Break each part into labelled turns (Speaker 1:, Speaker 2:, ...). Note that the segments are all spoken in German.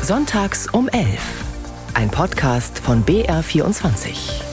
Speaker 1: Sonntags um 11. Ein Podcast von BR24.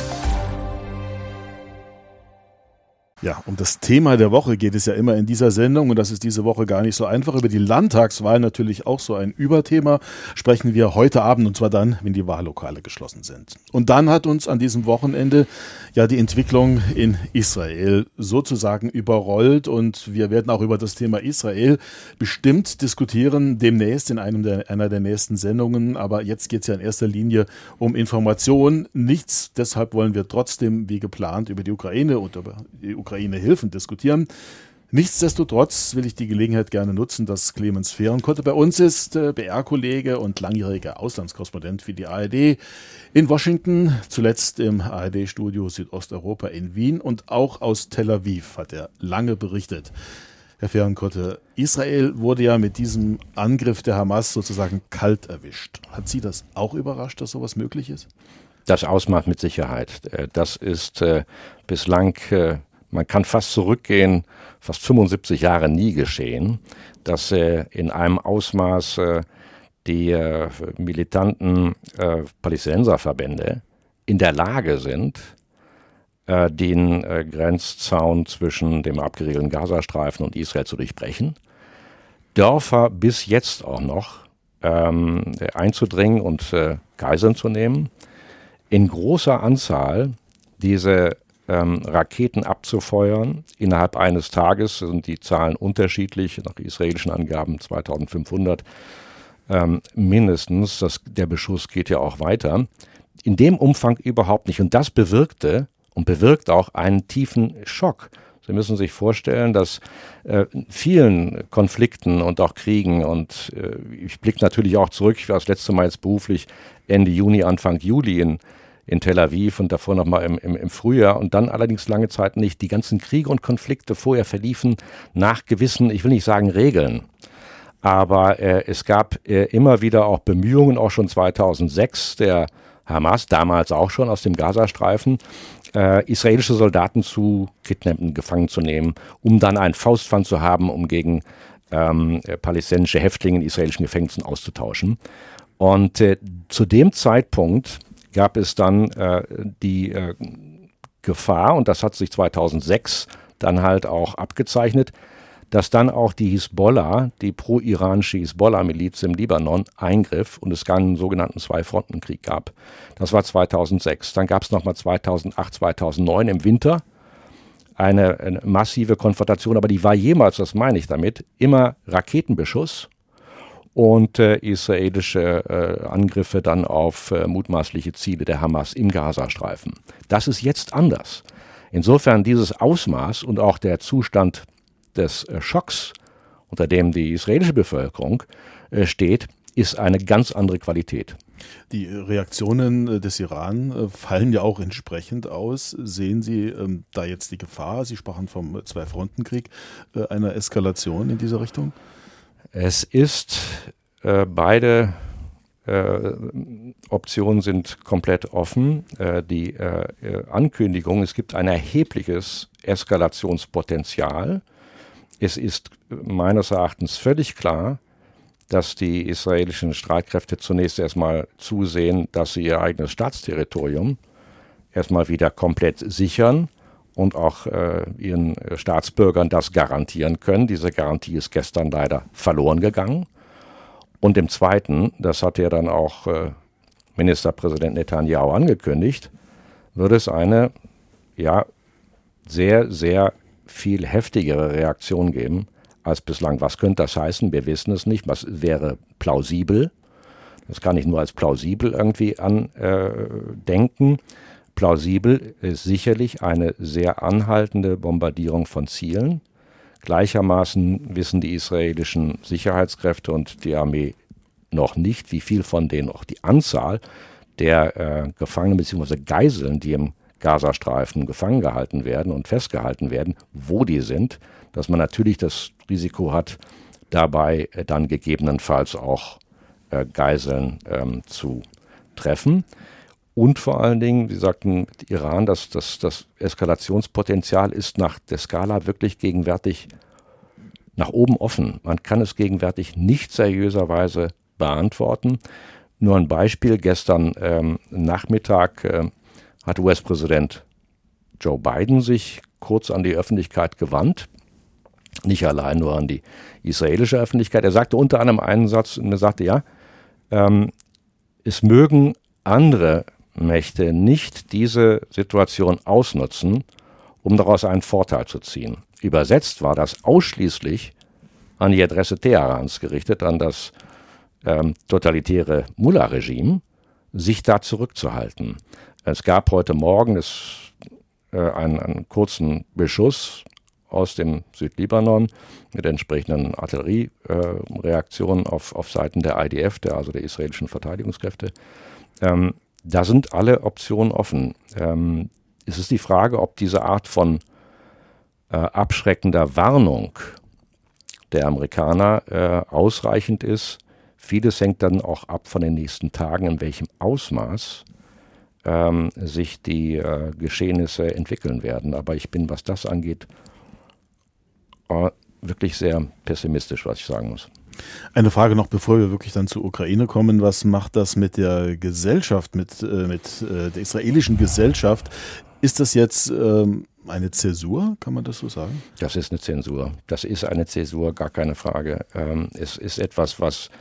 Speaker 2: Ja, um das Thema der Woche geht es ja immer in dieser Sendung und das ist diese Woche gar nicht so einfach. Über die Landtagswahl natürlich auch so ein Überthema sprechen wir heute Abend und zwar dann, wenn die Wahllokale geschlossen sind. Und dann hat uns an diesem Wochenende ja die Entwicklung in Israel sozusagen überrollt und wir werden auch über das Thema Israel bestimmt diskutieren demnächst in einer der nächsten Sendungen. Aber jetzt geht es ja in erster Linie um Information. Nichts, deshalb wollen wir trotzdem wie geplant über die Ukraine und über die Ukraine-Hilfen diskutieren. Nichtsdestotrotz will ich die Gelegenheit gerne nutzen, dass Clemens Fehrenkotte bei uns ist, BR-Kollege und langjähriger Auslandskorrespondent für die ARD in Washington, zuletzt im ARD-Studio Südosteuropa in Wien und auch aus Tel Aviv hat er lange berichtet. Herr Fehrenkotte, Israel wurde ja mit diesem Angriff der Hamas sozusagen kalt erwischt. Hat Sie das auch überrascht, dass sowas möglich ist?
Speaker 3: Das Ausmaß mit Sicherheit. Das ist bislang, man kann fast zurückgehen, fast 75 Jahre nie geschehen, dass in einem Ausmaß die militanten Palästinenserverbände in der Lage sind, den Grenzzaun zwischen dem abgeriegelten Gazastreifen und Israel zu durchbrechen, Dörfer bis jetzt auch noch einzudringen und Geiseln zu nehmen, in großer Anzahl diese Raketen abzufeuern. Innerhalb eines Tages sind die Zahlen unterschiedlich, nach israelischen Angaben 2500 mindestens. Der Beschuss geht ja auch weiter. In dem Umfang überhaupt nicht. Und das bewirkte und bewirkt auch einen tiefen Schock. Sie müssen sich vorstellen, dass vielen Konflikten und auch Kriegen und ich blicke natürlich auch zurück, ich war das letzte Mal jetzt beruflich Ende Juni, Anfang Juli in Tel Aviv und davor nochmal im Frühjahr und dann allerdings lange Zeit nicht. Die ganzen Kriege und Konflikte vorher verliefen nach gewissen, ich will nicht sagen Regeln, aber es gab immer wieder auch Bemühungen, auch schon 2006 der Hamas, damals auch schon aus dem Gazastreifen, israelische Soldaten zu kidnappen, gefangen zu nehmen, um dann ein Faustpfand zu haben, um gegen palästinensische Häftlinge in israelischen Gefängnissen auszutauschen. Und zu dem Zeitpunkt gab es dann die Gefahr, und das hat sich 2006 dann halt auch abgezeichnet, dass dann auch die Hisbollah, die pro-iranische Hisbollah-Miliz im Libanon, eingriff und es einen sogenannten Zwei-Fronten-Krieg gab. Das war 2006. Dann gab es nochmal 2008, 2009 im Winter eine massive Konfrontation, aber die war jemals, das meine ich damit, immer Raketenbeschuss und israelische Angriffe dann auf mutmaßliche Ziele der Hamas im Gazastreifen. Das ist jetzt anders. Insofern dieses Ausmaß und auch der Zustand des Schocks, unter dem die israelische Bevölkerung steht, ist eine ganz andere Qualität.
Speaker 2: Die Reaktionen des Iran fallen ja auch entsprechend aus. Sehen Sie da jetzt die Gefahr, Sie sprachen vom Zwei-Fronten-Krieg, einer Eskalation in dieser Richtung?
Speaker 3: Es ist, beide Optionen sind komplett offen. Die Ankündigung, es gibt ein erhebliches Eskalationspotenzial. Es ist meines Erachtens völlig klar, dass die israelischen Streitkräfte zunächst erstmal zusehen, dass sie ihr eigenes Staatsterritorium erstmal wieder komplett sichern und auch ihren Staatsbürgern das garantieren können. Diese Garantie ist gestern leider verloren gegangen. Und im Zweiten, das hat ja dann auch Ministerpräsident Netanyahu angekündigt, wird es eine sehr, sehr viel heftigere Reaktion geben als bislang. Was könnte das heißen? Wir wissen es nicht. Was wäre plausibel? Das kann ich nur als plausibel irgendwie andenken. Plausibel ist sicherlich eine sehr anhaltende Bombardierung von Zielen. Gleichermaßen wissen die israelischen Sicherheitskräfte und die Armee noch nicht, wie viel von denen, auch die Anzahl der Gefangenen bzw. Geiseln, die im Gazastreifen gefangen gehalten werden und festgehalten werden, wo die sind, dass man natürlich das Risiko hat, dabei dann gegebenenfalls auch Geiseln zu treffen. Und vor allen Dingen, Sie sagten, Iran, das Eskalationspotenzial ist nach der Skala wirklich gegenwärtig nach oben offen. Man kann es gegenwärtig nicht seriöserweise beantworten. Nur ein Beispiel, gestern Nachmittag hat US-Präsident Joe Biden sich kurz an die Öffentlichkeit gewandt, nicht allein nur an die israelische Öffentlichkeit. Er sagte unter anderem einen Satz und er sagte, es mögen andere Mächte nicht diese Situation ausnutzen, um daraus einen Vorteil zu ziehen. Übersetzt war das ausschließlich an die Adresse Teherans gerichtet, an das totalitäre Mullah-Regime, sich da zurückzuhalten. Es gab heute Morgen einen kurzen Beschuss aus dem Südlibanon mit entsprechenden Artilleriereaktionen auf Seiten der IDF, also der israelischen Verteidigungskräfte. Da sind alle Optionen offen. Es ist die Frage, ob diese Art von abschreckender Warnung der Amerikaner ausreichend ist. Vieles hängt dann auch ab von den nächsten Tagen, in welchem Ausmaß sich die Geschehnisse entwickeln werden. Aber ich bin, was das angeht, wirklich sehr pessimistisch, was ich sagen muss.
Speaker 2: Eine Frage noch, bevor wir wirklich dann zur Ukraine kommen. Was macht das mit der Gesellschaft, mit der israelischen Gesellschaft? Ist das jetzt eine Zäsur, kann man das so sagen?
Speaker 3: Das ist eine Zäsur. Das ist eine Zäsur, gar keine Frage. Es ist etwas, was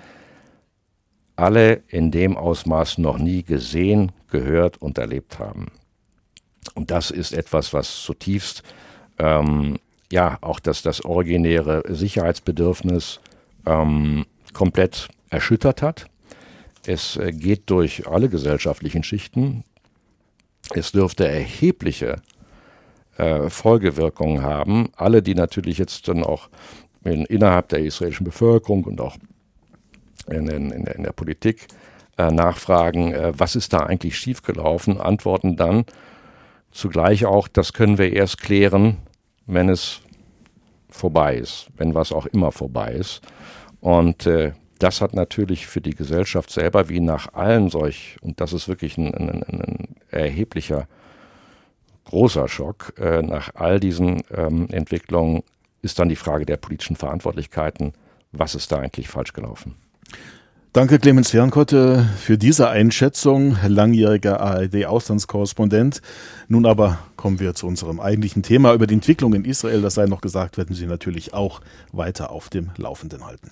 Speaker 3: alle in dem Ausmaß noch nie gesehen, gehört und erlebt haben. Und das ist etwas, was zutiefst auch das originäre Sicherheitsbedürfnis komplett erschüttert hat. Es geht durch alle gesellschaftlichen Schichten. Es dürfte erhebliche Folgewirkungen haben. Alle, die natürlich jetzt dann auch innerhalb der israelischen Bevölkerung und auch in der Politik nachfragen, was ist da eigentlich schiefgelaufen, antworten dann zugleich auch, das können wir erst klären, wenn es vorbei ist, wenn was auch immer vorbei ist. Und das hat natürlich für die Gesellschaft selber, wie nach allen und das ist wirklich ein erheblicher, großer Schock, nach all diesen Entwicklungen ist dann die Frage der politischen Verantwortlichkeiten, was ist da eigentlich falsch gelaufen.
Speaker 2: Danke Clemens Fehrenkotte für diese Einschätzung, langjähriger ARD-Auslandskorrespondent. Nun aber kommen wir zu unserem eigentlichen Thema. Über die Entwicklung in Israel, das sei noch gesagt, werden Sie natürlich auch weiter auf dem Laufenden halten.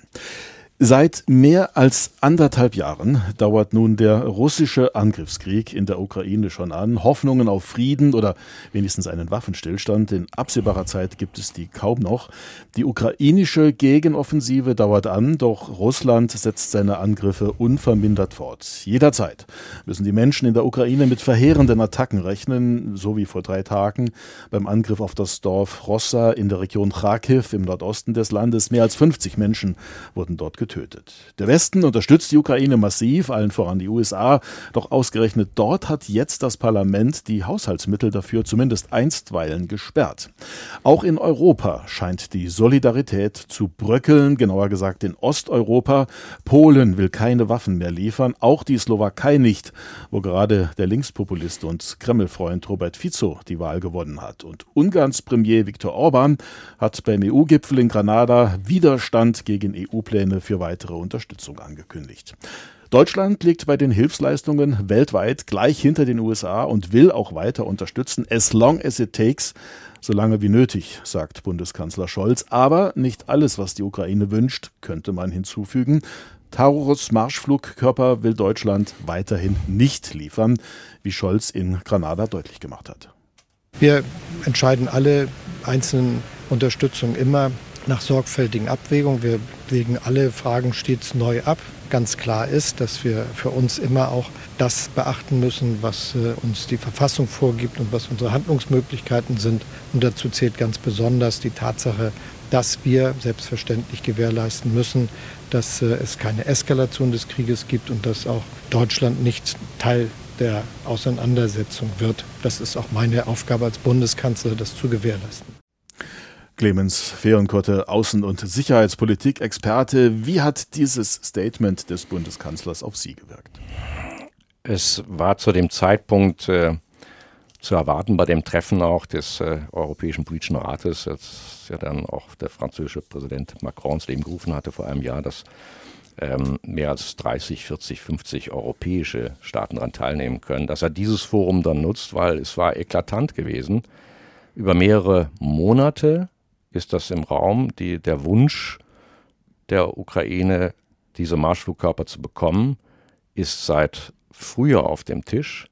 Speaker 2: Seit mehr als 1,5 Jahren dauert nun der russische Angriffskrieg in der Ukraine schon an. Hoffnungen auf Frieden oder wenigstens einen Waffenstillstand in absehbarer Zeit gibt es die kaum noch. Die ukrainische Gegenoffensive dauert an, doch Russland setzt seine Angriffe unvermindert fort. Jederzeit müssen die Menschen in der Ukraine mit verheerenden Attacken rechnen, so wie vor 3 Tagen beim Angriff auf das Dorf Rossa in der Region Charkiw im Nordosten des Landes. Mehr als 50 Menschen wurden dort getötet. Der Westen unterstützt die Ukraine massiv, allen voran die USA. Doch ausgerechnet dort hat jetzt das Parlament die Haushaltsmittel dafür zumindest einstweilen gesperrt. Auch in Europa scheint die Solidarität zu bröckeln, genauer gesagt in Osteuropa. Polen will keine Waffen mehr liefern, auch die Slowakei nicht, wo gerade der Linkspopulist und Kreml-Freund Robert Fico die Wahl gewonnen hat. Und Ungarns Premier Viktor Orban hat beim EU-Gipfel in Granada Widerstand gegen EU-Pläne für weitere Unterstützung angekündigt. Deutschland liegt bei den Hilfsleistungen weltweit gleich hinter den USA und will auch weiter unterstützen, as long as it takes, so lange wie nötig, sagt Bundeskanzler Scholz. Aber nicht alles, was die Ukraine wünscht, könnte man hinzufügen. Taurus-Marschflugkörper will Deutschland weiterhin nicht liefern, wie Scholz in Granada deutlich gemacht hat.
Speaker 4: Wir entscheiden alle einzelnen Unterstützungen immer nach sorgfältigen Abwägungen. Wir wägen alle Fragen stets neu ab. Ganz klar ist, dass wir für uns immer auch das beachten müssen, was uns die Verfassung vorgibt und was unsere Handlungsmöglichkeiten sind. Und dazu zählt ganz besonders die Tatsache, dass wir selbstverständlich gewährleisten müssen, dass es keine Eskalation des Krieges gibt und dass auch Deutschland nicht Teil der Auseinandersetzung wird. Das ist auch meine Aufgabe als Bundeskanzler, das zu gewährleisten.
Speaker 2: Clemens Fehrenkotte, Außen- und Sicherheitspolitik-Experte. Wie hat dieses Statement des Bundeskanzlers auf Sie gewirkt?
Speaker 3: Es war zu dem Zeitpunkt zu erwarten bei dem Treffen auch des Europäischen Politischen Rates, das ja dann auch der französische Präsident Macron ins Leben gerufen hatte vor einem Jahr, dass mehr als 30, 40, 50 europäische Staaten daran teilnehmen können, dass er dieses Forum dann nutzt, weil es war eklatant gewesen. Über mehrere Monate ist das im Raum, der Wunsch der Ukraine, diese Marschflugkörper zu bekommen, ist seit früher auf dem Tisch.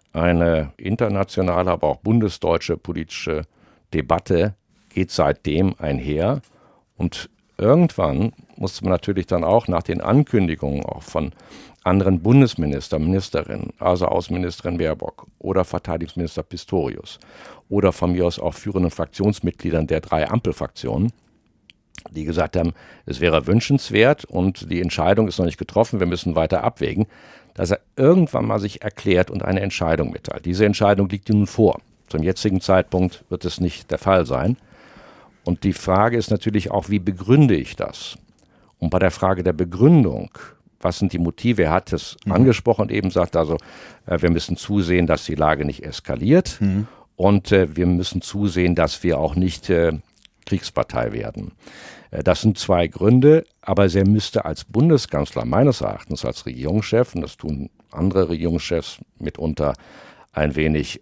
Speaker 3: Eine internationale, aber auch bundesdeutsche politische Debatte geht seitdem einher. Und irgendwann musste man natürlich dann auch nach den Ankündigungen auch von anderen Bundesministern, Ministerinnen, also Außenministerin Baerbock oder Verteidigungsminister Pistorius oder von mir aus auch führenden Fraktionsmitgliedern der 3 Ampelfraktionen, die gesagt haben, es wäre wünschenswert und die Entscheidung ist noch nicht getroffen, wir müssen weiter abwägen, dass er irgendwann mal sich erklärt und eine Entscheidung mitteilt. Diese Entscheidung liegt nun vor. Zum jetzigen Zeitpunkt wird es nicht der Fall sein. Und die Frage ist natürlich auch, wie begründe ich das? Und bei der Frage der Begründung, was sind die Motive? Er hat es angesprochen und eben sagt also, wir müssen zusehen, dass die Lage nicht eskaliert und wir müssen zusehen, dass wir auch nicht Kriegspartei werden. Das sind 2 Gründe, aber er müsste als Bundeskanzler meines Erachtens, als Regierungschef, und das tun andere Regierungschefs mitunter ein wenig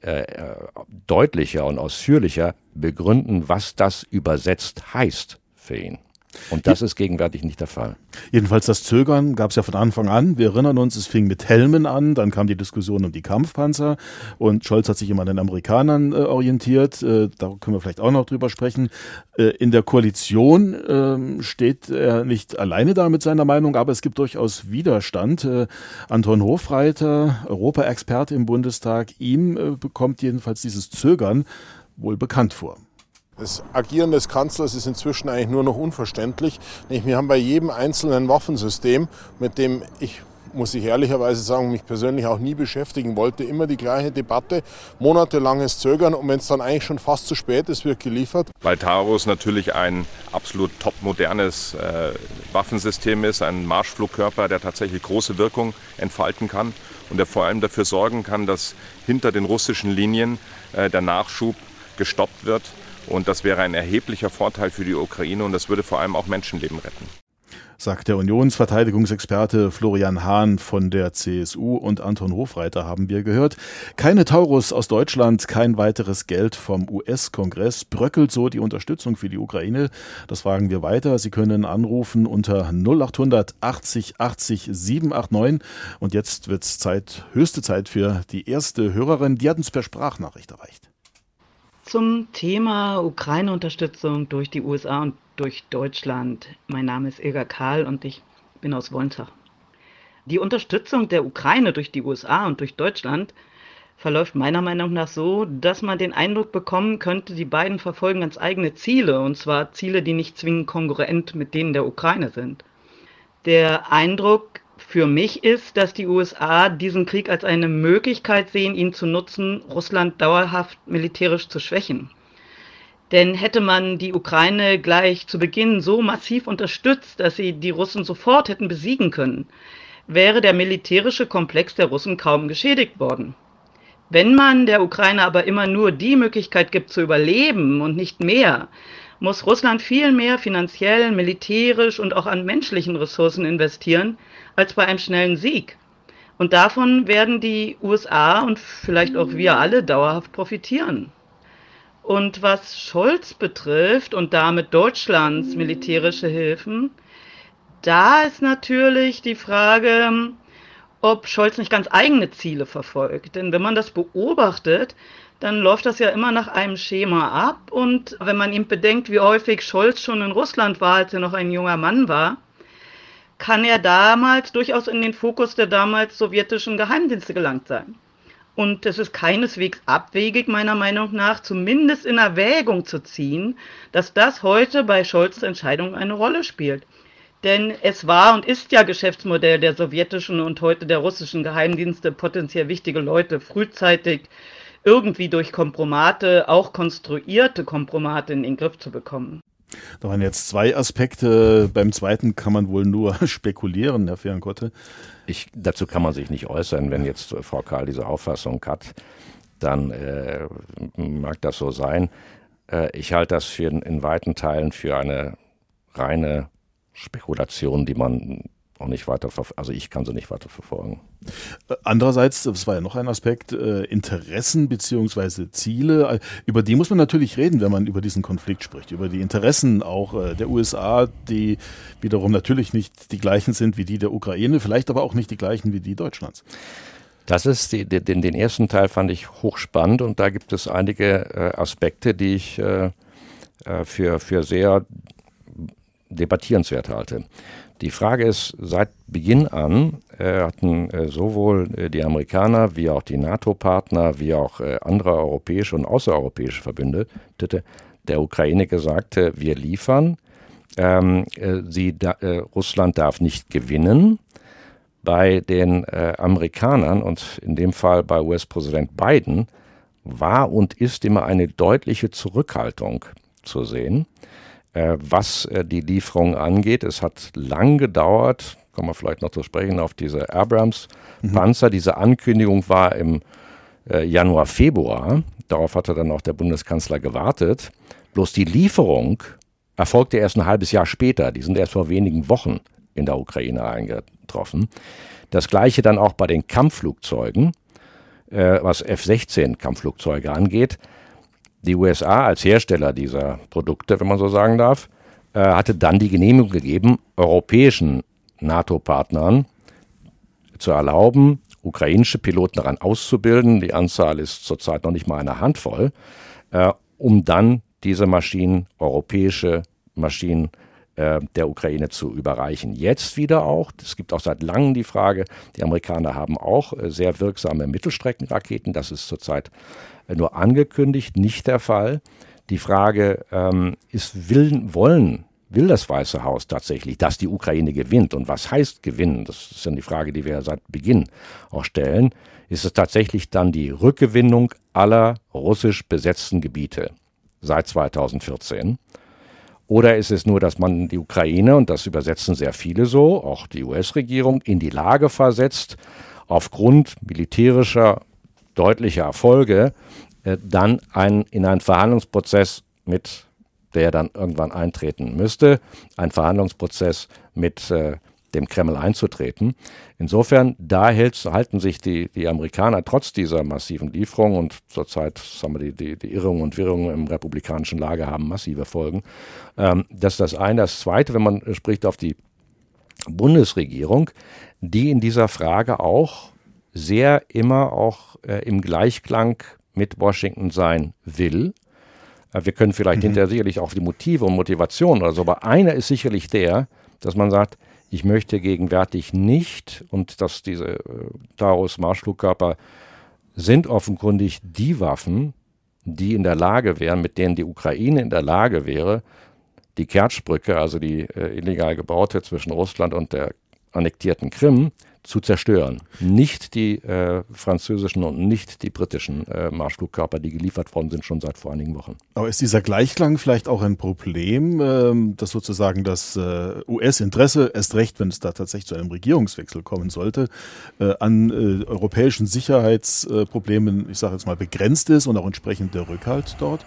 Speaker 3: deutlicher und ausführlicher begründen, was das übersetzt heißt für ihn. Und das ist gegenwärtig nicht der Fall.
Speaker 2: Jedenfalls das Zögern gab es ja von Anfang an. Wir erinnern uns, es fing mit Helmen an, dann kam die Diskussion um die Kampfpanzer und Scholz hat sich immer an den Amerikanern orientiert. Da können wir vielleicht auch noch drüber sprechen. In der Koalition steht er nicht alleine da mit seiner Meinung, aber es gibt durchaus Widerstand. Anton Hofreiter, Europaexperte im Bundestag, ihm bekommt jedenfalls dieses Zögern wohl bekannt vor.
Speaker 5: Das Agieren des Kanzlers ist inzwischen eigentlich nur noch unverständlich. Wir haben bei jedem einzelnen Waffensystem, mit dem muss ich ehrlicherweise sagen, mich persönlich auch nie beschäftigen wollte, immer die gleiche Debatte, monatelanges Zögern und wenn es dann eigentlich schon fast zu spät ist, wird geliefert.
Speaker 6: Weil Taurus natürlich ein absolut topmodernes Waffensystem ist, ein Marschflugkörper, der tatsächlich große Wirkung entfalten kann und der vor allem dafür sorgen kann, dass hinter den russischen Linien der Nachschub gestoppt wird. Und das wäre ein erheblicher Vorteil für die Ukraine und das würde vor allem auch Menschenleben retten.
Speaker 2: Sagt der Unionsverteidigungsexperte Florian Hahn von der CSU und Anton Hofreiter haben wir gehört. Keine Taurus aus Deutschland, kein weiteres Geld vom US-Kongress. Bröckelt so die Unterstützung für die Ukraine? Das fragen wir weiter. Sie können anrufen unter 0800 80 80 789. Und jetzt wird es höchste Zeit für die erste Hörerin. Die hat uns per Sprachnachricht erreicht.
Speaker 7: Zum Thema Ukraine-Unterstützung durch die USA und durch Deutschland. Mein Name ist Ilga Kahl und ich bin aus Wolntach. Die Unterstützung der Ukraine durch die USA und durch Deutschland verläuft meiner Meinung nach so, dass man den Eindruck bekommen könnte, die beiden verfolgen ganz eigene Ziele, und zwar Ziele, die nicht zwingend kongruent mit denen der Ukraine sind. Der Eindruck für mich ist, dass die USA diesen Krieg als eine Möglichkeit sehen, ihn zu nutzen, Russland dauerhaft militärisch zu schwächen. Denn hätte man die Ukraine gleich zu Beginn so massiv unterstützt, dass sie die Russen sofort hätten besiegen können, wäre der militärische Komplex der Russen kaum geschädigt worden. Wenn man der Ukraine aber immer nur die Möglichkeit gibt zu überleben und nicht mehr, muss Russland viel mehr finanziell, militärisch und auch an menschlichen Ressourcen investieren, als bei einem schnellen Sieg. Und davon werden die USA und vielleicht auch wir alle dauerhaft profitieren. Und was Scholz betrifft und damit Deutschlands militärische Hilfen, da ist natürlich die Frage, ob Scholz nicht ganz eigene Ziele verfolgt. Denn wenn man das beobachtet, dann läuft das ja immer nach einem Schema ab. Und wenn man ihm bedenkt, wie häufig Scholz schon in Russland war, als er noch ein junger Mann war, kann er damals durchaus in den Fokus der damals sowjetischen Geheimdienste gelangt sein. Und es ist keineswegs abwegig, meiner Meinung nach, zumindest in Erwägung zu ziehen, dass das heute bei Scholz' Entscheidung eine Rolle spielt. Denn es war und ist ja Geschäftsmodell der sowjetischen und heute der russischen Geheimdienste, potenziell wichtige Leute frühzeitig irgendwie durch Kompromate, auch konstruierte Kompromate, in den Griff zu bekommen.
Speaker 2: Da waren jetzt 2 Aspekte. Beim zweiten kann man wohl nur spekulieren, Herr Fehrenkotte.
Speaker 3: Dazu kann man sich nicht äußern. Wenn jetzt Frau Kahl diese Auffassung hat, dann mag das so sein. Ich halte das in weiten Teilen für eine reine Spekulation, die man auch nicht weiter, also ich kann sie nicht weiter verfolgen.
Speaker 2: Andererseits, das war ja noch ein Aspekt, Interessen bzw. Ziele, über die muss man natürlich reden, wenn man über diesen Konflikt spricht, über die Interessen auch der USA, die wiederum natürlich nicht die gleichen sind wie die der Ukraine, vielleicht aber auch nicht die gleichen wie die Deutschlands.
Speaker 3: Das ist, den ersten Teil fand ich hochspannend und da gibt es einige Aspekte, die ich für sehr debattierenswert halte. Die Frage ist, seit Beginn an hatten sowohl die Amerikaner wie auch die NATO-Partner wie auch andere europäische und außereuropäische Verbündete der Ukraine gesagt, wir liefern, Russland darf nicht gewinnen. Bei den Amerikanern und in dem Fall bei US-Präsident Biden war und ist immer eine deutliche Zurückhaltung zu sehen, was die Lieferung angeht. Es hat lang gedauert, kommen wir vielleicht noch zu sprechen, auf diese Abrams-Panzer. Diese Ankündigung war im Januar, Februar. Darauf hatte dann auch der Bundeskanzler gewartet. Bloß die Lieferung erfolgte erst ein halbes Jahr später. Die sind erst vor wenigen Wochen in der Ukraine eingetroffen. Das Gleiche dann auch bei den Kampfflugzeugen, was F-16-Kampfflugzeuge angeht. Die USA als Hersteller dieser Produkte, wenn man so sagen darf, hatte dann die Genehmigung gegeben, europäischen NATO-Partnern zu erlauben, ukrainische Piloten daran auszubilden. Die Anzahl ist zurzeit noch nicht mal eine Handvoll, um dann diese Maschinen, europäische Maschinen der Ukraine zu überreichen. Jetzt wieder auch, es gibt auch seit langem die Frage, die Amerikaner haben auch sehr wirksame Mittelstreckenraketen, das ist zurzeit nur angekündigt, nicht der Fall. Die Frage ist, will das Weiße Haus tatsächlich, dass die Ukraine gewinnt? Und was heißt gewinnen? Das ist dann die Frage, die wir seit Beginn auch stellen. Ist es tatsächlich dann die Rückgewinnung aller russisch besetzten Gebiete seit 2014? Oder ist es nur, dass man die Ukraine, und das übersetzen sehr viele so, auch die US-Regierung, in die Lage versetzt, aufgrund militärischer deutlicher Erfolge dann in einen Verhandlungsprozess mit, der dann irgendwann eintreten müsste, ein Verhandlungsprozess mit dem Kreml einzutreten. Insofern, da halten sich die Amerikaner trotz dieser massiven Lieferung und zurzeit sagen wir, die Irrungen und Wirrungen im republikanischen Lager haben massive Folgen. Das ist das eine. Das zweite, wenn man spricht auf die Bundesregierung, die in dieser Frage auch sehr immer auch im Gleichklang mit Washington sein will. Wir können vielleicht hinterher sicherlich auch die Motive und Motivationen oder so, aber einer ist sicherlich der, dass man sagt, ich möchte gegenwärtig nicht, und dass diese Taurus-Marschflugkörper sind offenkundig die Waffen, die in der Lage wären, mit denen die Ukraine in der Lage wäre, die Kertschbrücke, also die illegal gebaute zwischen Russland und der annektierten Krim, zu zerstören. Nicht die französischen und nicht die britischen Marschflugkörper, die geliefert worden sind, schon seit vor einigen Wochen.
Speaker 2: Aber ist dieser Gleichklang vielleicht auch ein Problem, dass sozusagen das US-Interesse, erst recht, wenn es da tatsächlich zu einem Regierungswechsel kommen sollte, an europäischen Sicherheitsproblemen, ich sage jetzt mal, begrenzt ist und auch entsprechend der Rückhalt dort?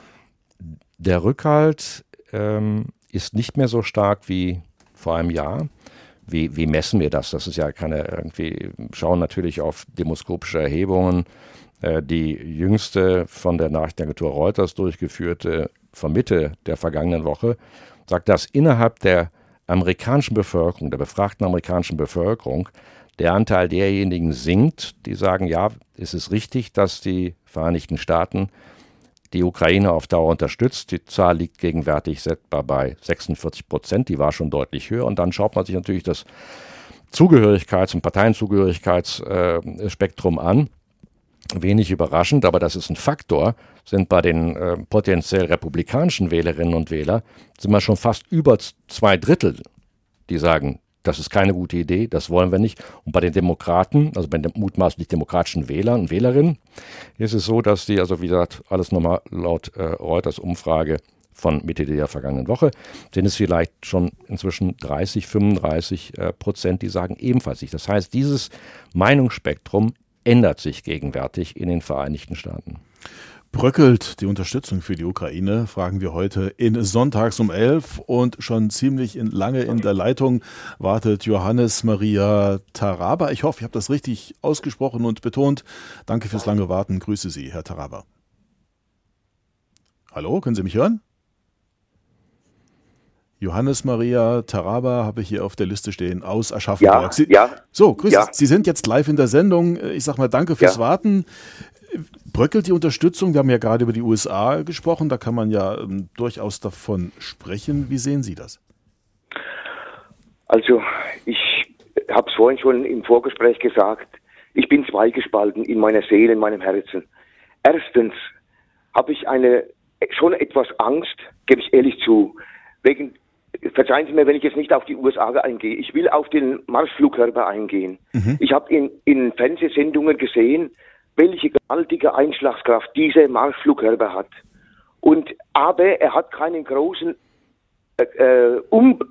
Speaker 3: Der Rückhalt ist nicht mehr so stark wie vor einem Jahr. Wie messen wir das? Das ist ja schauen natürlich auf demoskopische Erhebungen. Die jüngste von der Nachrichtenagentur Reuters durchgeführte von Mitte der vergangenen Woche sagt, dass innerhalb der amerikanischen Bevölkerung, der befragten amerikanischen Bevölkerung, der Anteil derjenigen sinkt, die sagen, ja, es ist richtig, dass die Vereinigten Staaten die Ukraine auf Dauer unterstützt. Die Zahl liegt gegenwärtig etwa bei 46%, die war schon deutlich höher. Und dann schaut man sich natürlich das Zugehörigkeits- und Parteienzugehörigkeitsspektrum an. Wenig überraschend, aber das ist ein Faktor, sind bei den potenziell republikanischen Wählerinnen und Wählern, sind wir schon fast über 2/3, die sagen, das ist keine gute Idee, das wollen wir nicht. Und bei den Demokraten, also bei den mutmaßlich demokratischen Wählern und Wählerinnen, ist es so, dass die, also wie gesagt, alles nochmal laut Reuters Umfrage von Mitte der vergangenen Woche, sind es vielleicht schon inzwischen 30-35%, die sagen ebenfalls nicht. Das heißt, dieses Meinungsspektrum ändert sich gegenwärtig in den Vereinigten Staaten.
Speaker 2: Bröckelt die Unterstützung für die Ukraine, fragen wir heute in Sonntags um 11 und schon ziemlich lange in der Leitung wartet Johannes Maria Taraba. Ich hoffe, ich habe das richtig ausgesprochen und betont. Danke fürs lange Warten. Grüße Sie, Herr Taraba. Hallo, können Sie mich hören? Johannes Maria Taraba habe ich hier auf der Liste stehen aus Aschaffenburg. So, grüße Sie. Sie sind jetzt live in der Sendung. Ich sage mal danke fürs Warten. Bröckelt die Unterstützung? Wir haben ja gerade über die USA gesprochen, da kann man ja durchaus davon sprechen. Wie sehen Sie das?
Speaker 8: Also, ich habe es vorhin schon im Vorgespräch gesagt, ich bin zweigespalten in meiner Seele, in meinem Herzen. Erstens habe ich schon etwas Angst, gebe ich ehrlich zu, verzeihen Sie mir, wenn ich jetzt nicht auf die USA eingehe, ich will auf den Marschflugkörper eingehen. Ich habe in Fernsehsendungen gesehen, welche gewaltige Einschlagskraft dieser Marschflugkörper hat. Aber er hat keinen großen, der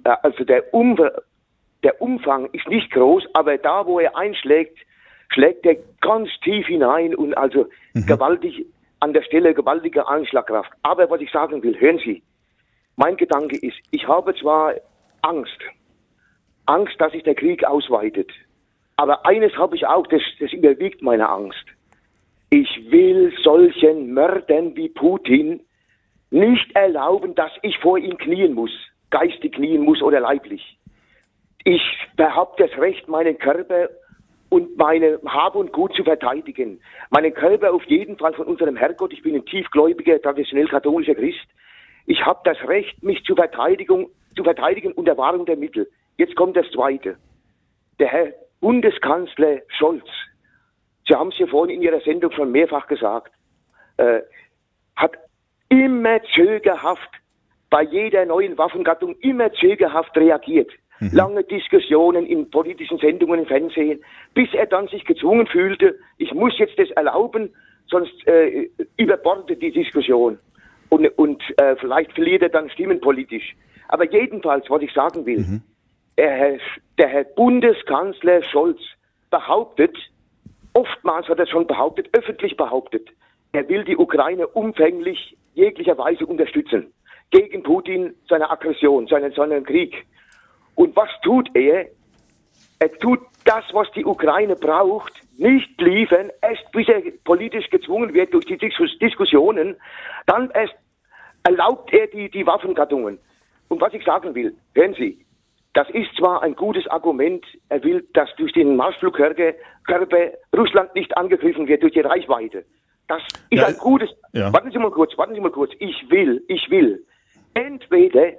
Speaker 8: Umfang ist nicht groß, aber da, wo er einschlägt, schlägt er ganz tief hinein und also gewaltig, an der Stelle gewaltige Einschlagkraft. Aber was ich sagen will, hören Sie, mein Gedanke ist, ich habe zwar Angst, dass sich der Krieg ausweitet, aber eines habe ich auch, das überwiegt meine Angst. Ich will solchen Mördern wie Putin nicht erlauben, dass ich vor ihm knien muss, geistig knien muss oder leiblich. Ich habe das Recht, meinen Körper und meine Hab und Gut zu verteidigen. Meinen Körper auf jeden Fall von unserem Herrgott. Ich bin ein tiefgläubiger, traditionell katholischer Christ. Ich habe das Recht, mich zu verteidigen unter Wahrung der Mittel. Jetzt kommt das Zweite. Der Herr Bundeskanzler Scholz, Sie haben es ja vorhin in Ihrer Sendung schon mehrfach gesagt, hat immer zögerhaft, bei jeder neuen Waffengattung immer zögerhaft reagiert. Lange Diskussionen in politischen Sendungen im Fernsehen, bis er dann sich gezwungen fühlte, ich muss jetzt das erlauben, sonst überbordet die Diskussion. Und vielleicht verliert er dann Stimmen politisch. Aber jedenfalls, was ich sagen will, der Herr Bundeskanzler Scholz behauptet, oftmals hat er schon behauptet, öffentlich behauptet, er will die Ukraine umfänglich jeglicherweise unterstützen. Gegen Putin, seine Aggression, seinen Krieg. Und was tut er? Er tut das, was die Ukraine braucht, nicht liefern, erst bis er politisch gezwungen wird durch die Diskussionen, dann erst erlaubt er die Waffengattungen. Und was ich sagen will, hören Sie, das ist zwar ein gutes Argument, er will, dass durch den Marschflugkörper Russland nicht angegriffen wird durch die Reichweite. Das ist ein gutes, warten Sie mal kurz, ich will. Entweder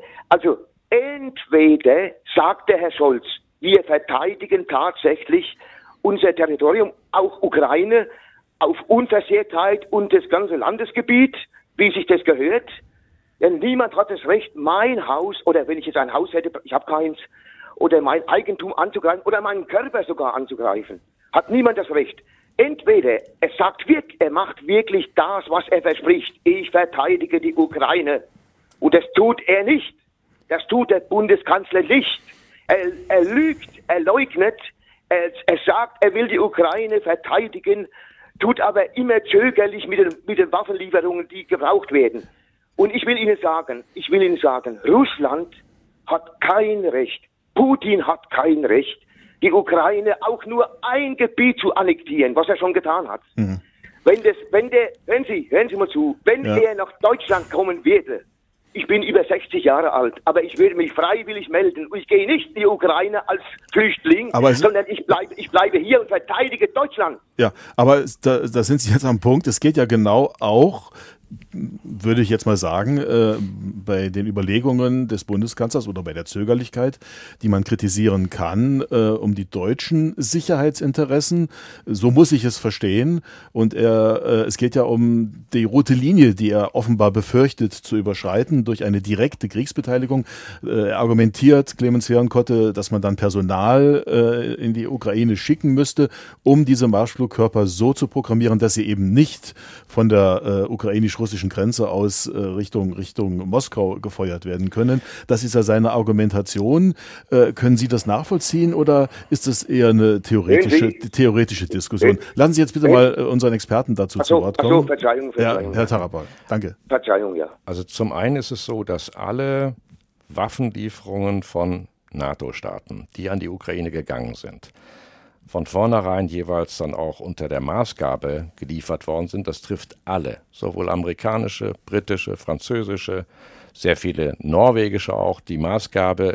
Speaker 8: sagt der Herr Scholz, wir verteidigen tatsächlich unser Territorium, auch Ukraine, auf Unversehrtheit und das ganze Landesgebiet, wie sich das gehört. Denn niemand hat das Recht, mein Haus, oder wenn ich jetzt ein Haus hätte, ich habe keins, oder mein Eigentum anzugreifen, oder meinen Körper sogar anzugreifen. Hat niemand das Recht. Entweder er macht wirklich das, was er verspricht. Ich verteidige die Ukraine. Und das tut er nicht. Das tut der Bundeskanzler nicht. Er lügt, er leugnet, er sagt, er will die Ukraine verteidigen, tut aber immer zögerlich mit den Waffenlieferungen, die gebraucht werden. Und ich will Ihnen sagen, Russland hat kein Recht, Putin hat kein Recht, die Ukraine auch nur ein Gebiet zu annektieren, was er schon getan hat. Hören Sie mal zu, wenn er nach Deutschland kommen würde, ich bin über 60 Jahre alt, aber ich würde mich freiwillig melden. Und ich gehe nicht in die Ukraine als Flüchtling, sondern ich bleibe hier und verteidige Deutschland.
Speaker 2: Ja, aber da sind Sie jetzt am Punkt. Es geht ja genau auch, würde ich jetzt mal sagen, bei den Überlegungen des Bundeskanzlers oder bei der Zögerlichkeit, die man kritisieren kann, um die deutschen Sicherheitsinteressen. So muss ich es verstehen. Und es geht ja um die rote Linie, die er offenbar befürchtet zu überschreiten durch eine direkte Kriegsbeteiligung. Er argumentiert, Clemens Herrenkotte, dass man dann Personal in die Ukraine schicken müsste, um diese Marschflugkörper so zu programmieren, dass sie eben nicht von der ukrainisch russischen Grenze aus Richtung Moskau gefeuert werden können. Das ist ja seine Argumentation. Können Sie das nachvollziehen oder ist das eher eine theoretische Diskussion? Lassen Sie jetzt bitte mal unseren Experten dazu zu Wort kommen.
Speaker 8: Verzeihung.
Speaker 2: Ja, Herr Tarabal, danke.
Speaker 8: Verzeihung, ja.
Speaker 3: Also zum einen ist es so, dass alle Waffenlieferungen von NATO-Staaten, die an die Ukraine gegangen sind, von vornherein jeweils dann auch unter der Maßgabe geliefert worden sind. Das trifft alle, sowohl amerikanische, britische, französische, sehr viele norwegische auch. Die Maßgabe,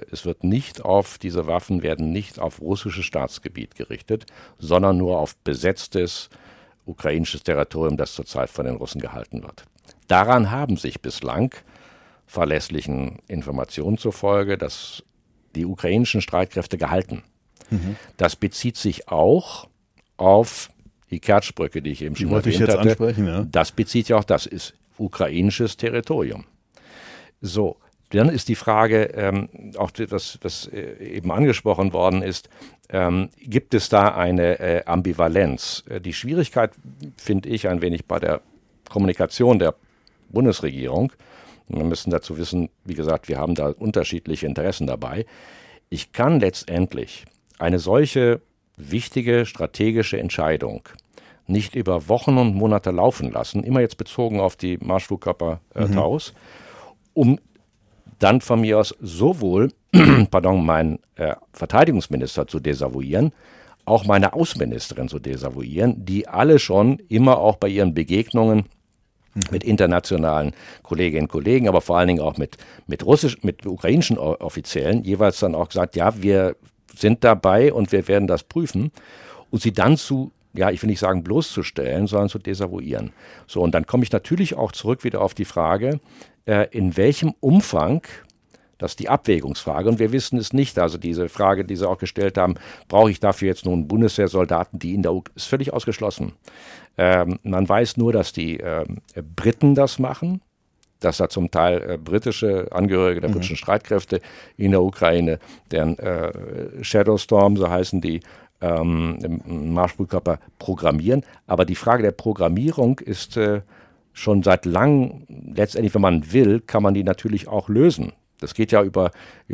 Speaker 3: diese Waffen werden nicht auf russisches Staatsgebiet gerichtet, sondern nur auf besetztes ukrainisches Territorium, das zurzeit von den Russen gehalten wird. Daran haben sich bislang verlässlichen Informationen zufolge die ukrainischen Streitkräfte gehalten. Das bezieht sich auch auf die Kertschbrücke, die ich eben schon erwähnt hatte.
Speaker 2: Ansprechen, ja.
Speaker 3: Das bezieht ja auch, das ist ukrainisches Territorium. So, dann ist die Frage, auch was eben angesprochen worden ist, gibt es da eine Ambivalenz? Die Schwierigkeit finde ich ein wenig bei der Kommunikation der Bundesregierung. Wir müssen dazu wissen, wie gesagt, wir haben da unterschiedliche Interessen dabei. Ich kann letztendlich eine solche wichtige strategische Entscheidung nicht über Wochen und Monate laufen lassen, immer jetzt bezogen auf die Marschflugkörper Taurus, um dann von mir aus sowohl meinen Verteidigungsminister zu desavouieren, auch meine Außenministerin zu desavouieren, die alle schon immer auch bei ihren Begegnungen mit internationalen Kolleginnen und Kollegen, aber vor allen Dingen auch mit ukrainischen Offiziellen jeweils dann auch gesagt, ja, wir sind dabei und wir werden das prüfen und sie dann ich will nicht sagen bloßzustellen, sondern zu desavouieren. So, und dann komme ich natürlich auch zurück wieder auf die Frage, in welchem Umfang, das ist die Abwägungsfrage und wir wissen es nicht, also diese Frage, die Sie auch gestellt haben, brauche ich dafür jetzt nun Bundeswehrsoldaten, die in der Ukraine, ist völlig ausgeschlossen. Man weiß nur, dass die Briten das machen, dass da zum Teil britische Angehörige der britischen Streitkräfte in der Ukraine, deren Shadowstorm, so heißen die, Marschflugkörper programmieren. Aber die Frage der Programmierung ist schon seit langem, letztendlich, wenn man will, kann man die natürlich auch lösen. Das geht ja über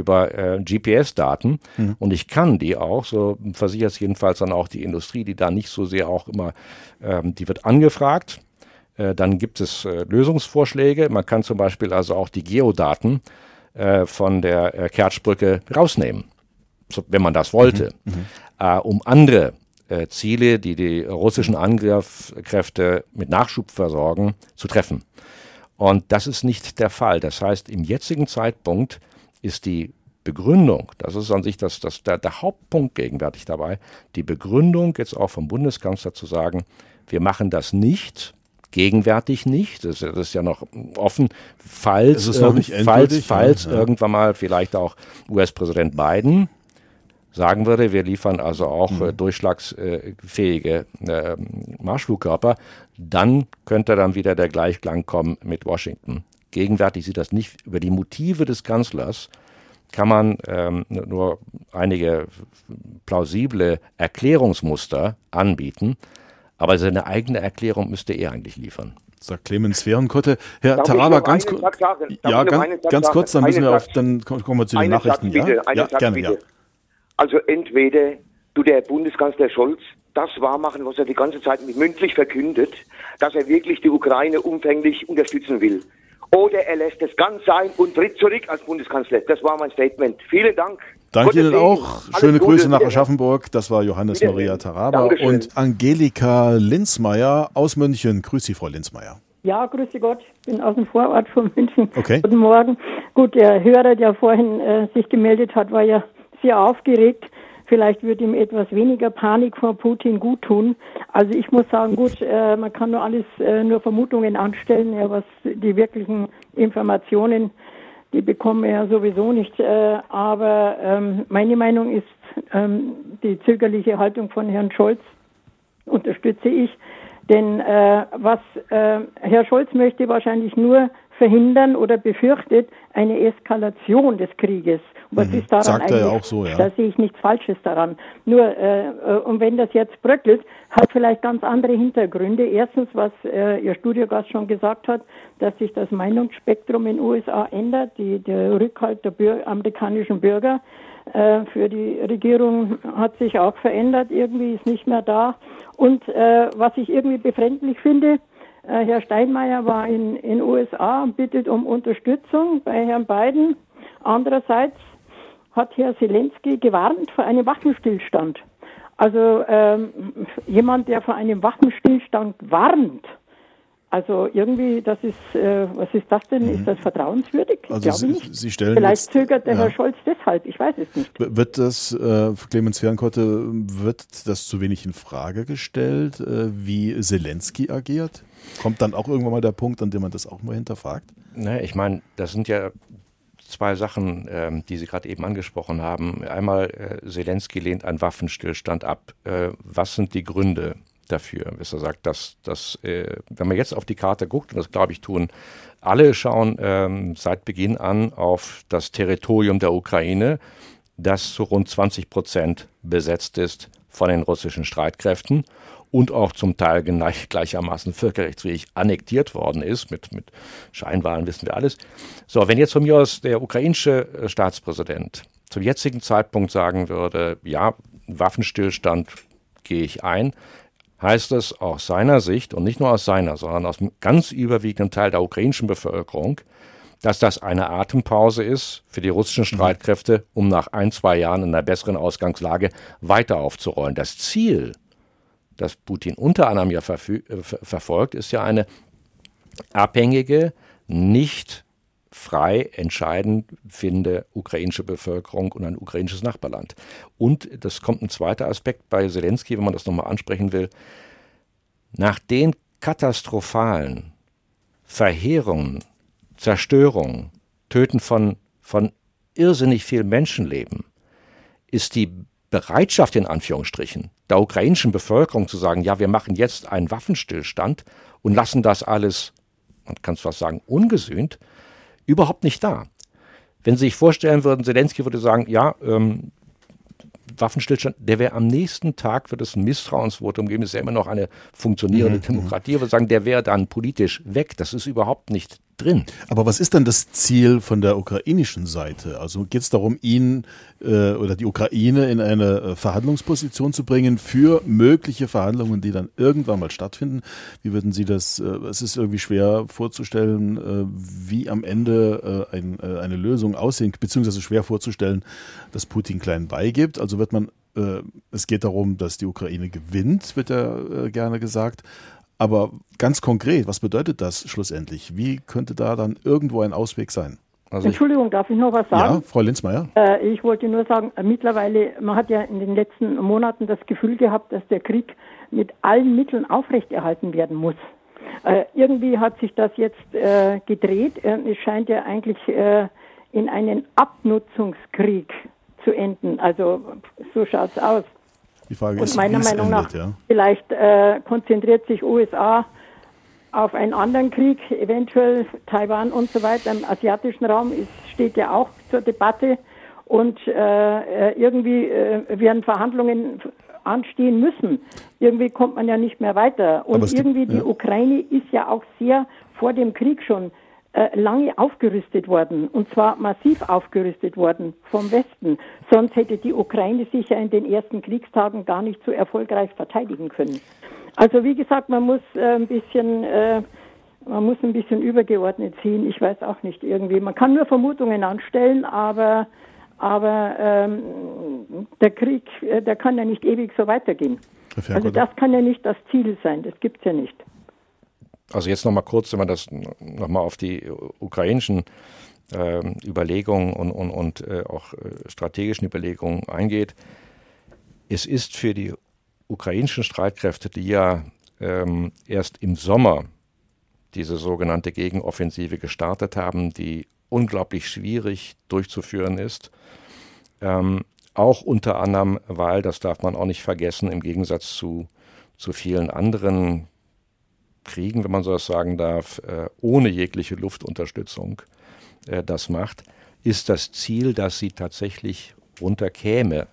Speaker 3: GPS-Daten und ich kann die auch, so versichert es jedenfalls dann auch die Industrie, die da nicht so sehr auch immer, die wird angefragt, dann gibt es Lösungsvorschläge, man kann zum Beispiel also auch die Geodaten von der Kertschbrücke rausnehmen, wenn man das wollte, um andere Ziele, die russischen Angriffskräfte mit Nachschub versorgen, zu treffen. Und das ist nicht der Fall. Das heißt, im jetzigen Zeitpunkt ist die Begründung, das ist an sich der Hauptpunkt gegenwärtig dabei, die Begründung jetzt auch vom Bundeskanzler zu sagen, wir machen das nicht, gegenwärtig nicht, das ist ja noch offen, falls irgendwann mal vielleicht auch US-Präsident Biden sagen würde, wir liefern also auch durchschlagsfähige Marschflugkörper, dann könnte dann wieder der Gleichklang kommen mit Washington. Gegenwärtig sieht das nicht. Über die Motive des Kanzlers kann man nur einige plausible Erklärungsmuster anbieten, aber seine eigene Erklärung müsste er eigentlich liefern.
Speaker 2: Sagt Clemens Fehrenkotte. Herr Tarabal, ganz kurz, dann kommen wir zu den Nachrichten.
Speaker 8: Gerne. Also entweder tut der Bundeskanzler Scholz das wahrmachen, was er die ganze Zeit mündlich verkündet, dass er wirklich die Ukraine umfänglich unterstützen will. Oder er lässt es ganz sein und tritt zurück als Bundeskanzler. Das war mein Statement. Vielen Dank.
Speaker 2: Danke Ihnen auch. Schöne Grüße nach Aschaffenburg. Das war Johannes Maria Tarabal und Angelika Linzmeier aus München. Grüß Sie, Frau Linzmeier.
Speaker 9: Ja, grüße Gott. Ich bin aus dem Vorort von München.
Speaker 2: Okay.
Speaker 9: Guten Morgen. Gut, der Hörer, der vorhin sich gemeldet hat, war ja sehr aufgeregt. Vielleicht wird ihm etwas weniger Panik vor Putin gut tun. Also ich muss sagen, gut, man kann nur alles, nur Vermutungen anstellen, ja, was die wirklichen Informationen, die bekommen wir ja sowieso nicht. Aber meine Meinung ist, die zögerliche Haltung von Herrn Scholz unterstütze ich. Denn Herr Scholz möchte wahrscheinlich nur verhindern oder befürchtet eine Eskalation des Krieges. Was ist daran
Speaker 2: Sagt
Speaker 9: eigentlich?
Speaker 2: er ja auch so, ja.
Speaker 9: Da sehe ich nichts Falsches daran. Nur, und wenn das jetzt bröckelt, hat vielleicht ganz andere Hintergründe. Erstens, was Ihr Studiogast schon gesagt hat, dass sich das Meinungsspektrum in den USA ändert, der Rückhalt der amerikanischen Bürger für die Regierung hat sich auch verändert, irgendwie ist nicht mehr da. Und was ich irgendwie befremdlich finde, Herr Steinmeier war in den USA und bittet um Unterstützung bei Herrn Biden. Andererseits hat Herr Zelensky gewarnt vor einem Waffenstillstand. Also jemand, der vor einem Waffenstillstand warnt, also irgendwie, das ist, was ist das denn? Ist das vertrauenswürdig?
Speaker 2: Also
Speaker 9: glaube nicht.
Speaker 2: Sie stellen
Speaker 9: Vielleicht
Speaker 2: jetzt,
Speaker 9: zögert der Herr Scholz deshalb, ich weiß es nicht.
Speaker 2: Wird das, Clemens Fernkotte, wird das zu wenig in Frage gestellt, wie Zelensky agiert? Kommt dann auch irgendwann mal der Punkt, an dem man das auch mal hinterfragt?
Speaker 3: Naja, ich meine, das sind ja zwei Sachen, die Sie gerade eben angesprochen haben. Einmal, Zelensky lehnt einen Waffenstillstand ab. Was sind die Gründe dafür? Dass er sagt, dass wenn man jetzt auf die Karte guckt, und das glaube ich tun alle, schauen seit Beginn an auf das Territorium der Ukraine, das zu rund 20% besetzt ist von den russischen Streitkräften und auch zum Teil gleichermaßen völkerrechtswidrig annektiert worden ist, mit Scheinwahlen wissen wir alles. So, wenn jetzt von mir aus der ukrainische Staatspräsident zum jetzigen Zeitpunkt sagen würde, ja, Waffenstillstand gehe ich ein, heißt es aus seiner Sicht und nicht nur aus seiner, sondern aus einem ganz überwiegenden Teil der ukrainischen Bevölkerung, dass das eine Atempause ist für die russischen Streitkräfte, um nach 1-2 Jahren in einer besseren Ausgangslage weiter aufzurollen. Das Ziel, das Putin unter anderem ja verfolgt, ist ja eine abhängige, nicht frei entscheiden findende ukrainische Bevölkerung und ein ukrainisches Nachbarland. Und das kommt ein zweiter Aspekt bei Zelensky, wenn man das nochmal ansprechen will. Nach den katastrophalen Verheerungen, Zerstörungen, Töten von irrsinnig vielen Menschenleben, ist die Bereitschaft in Anführungsstrichen der ukrainischen Bevölkerung zu sagen, ja, wir machen jetzt einen Waffenstillstand und lassen das alles, man kann es fast sagen, ungesühnt, überhaupt nicht da. Wenn Sie sich vorstellen würden, Zelensky würde sagen, ja, Waffenstillstand, der wäre am nächsten Tag, wird es ein Misstrauensvotum geben, ist ja immer noch eine funktionierende Demokratie, würde sagen, der wäre dann politisch weg. Das ist überhaupt nicht drin.
Speaker 2: Aber was ist dann das Ziel von der ukrainischen Seite? Also geht es darum, ihn oder die Ukraine in eine Verhandlungsposition zu bringen für mögliche Verhandlungen, die dann irgendwann mal stattfinden? Wie würden Sie das, es ist irgendwie schwer vorzustellen, wie am Ende eine Lösung aussehen, beziehungsweise schwer vorzustellen, dass Putin klein beigibt. Also wird man, es geht darum, dass die Ukraine gewinnt, wird ja gerne gesagt. Aber ganz konkret, was bedeutet das schlussendlich? Wie könnte da dann irgendwo ein Ausweg sein?
Speaker 9: Also Entschuldigung, darf ich noch was sagen?
Speaker 2: Ja, Frau Linzmeier.
Speaker 9: Ich wollte nur sagen, mittlerweile, man hat ja in den letzten Monaten das Gefühl gehabt, dass der Krieg mit allen Mitteln aufrechterhalten werden muss. Irgendwie hat sich das jetzt gedreht. Es scheint ja eigentlich in einen Abnutzungskrieg zu enden. Also so schaut's aus.
Speaker 2: Die Frage
Speaker 9: und
Speaker 2: ist,
Speaker 9: meiner
Speaker 2: wie es
Speaker 9: Meinung
Speaker 2: endet,
Speaker 9: nach, vielleicht konzentriert sich USA auf einen anderen Krieg, eventuell Taiwan und so weiter. Im asiatischen Raum steht ja auch zur Debatte und irgendwie werden Verhandlungen anstehen müssen. Irgendwie kommt man ja nicht mehr weiter. Und irgendwie die Ukraine ist ja auch sehr vor dem Krieg schon lange aufgerüstet worden, und zwar massiv aufgerüstet worden vom Westen. Sonst hätte die Ukraine sich ja in den ersten Kriegstagen gar nicht so erfolgreich verteidigen können. Also wie gesagt, man muss ein bisschen übergeordnet sehen. Ich weiß auch nicht irgendwie. Man kann nur Vermutungen anstellen, aber der Krieg, der kann ja nicht ewig so weitergehen. Also das kann ja nicht das Ziel sein. Das gibt's ja nicht.
Speaker 3: Also jetzt nochmal kurz, wenn man das nochmal auf die ukrainischen Überlegungen und auch strategischen Überlegungen eingeht. Es ist für die ukrainischen Streitkräfte, die ja erst im Sommer diese sogenannte Gegenoffensive gestartet haben, die unglaublich schwierig durchzuführen ist, auch unter anderem, weil, das darf man auch nicht vergessen, im Gegensatz zu vielen anderen Kriegen, wenn man so das sagen darf, ohne jegliche Luftunterstützung das macht, ist das Ziel, dass sie tatsächlich runterkäme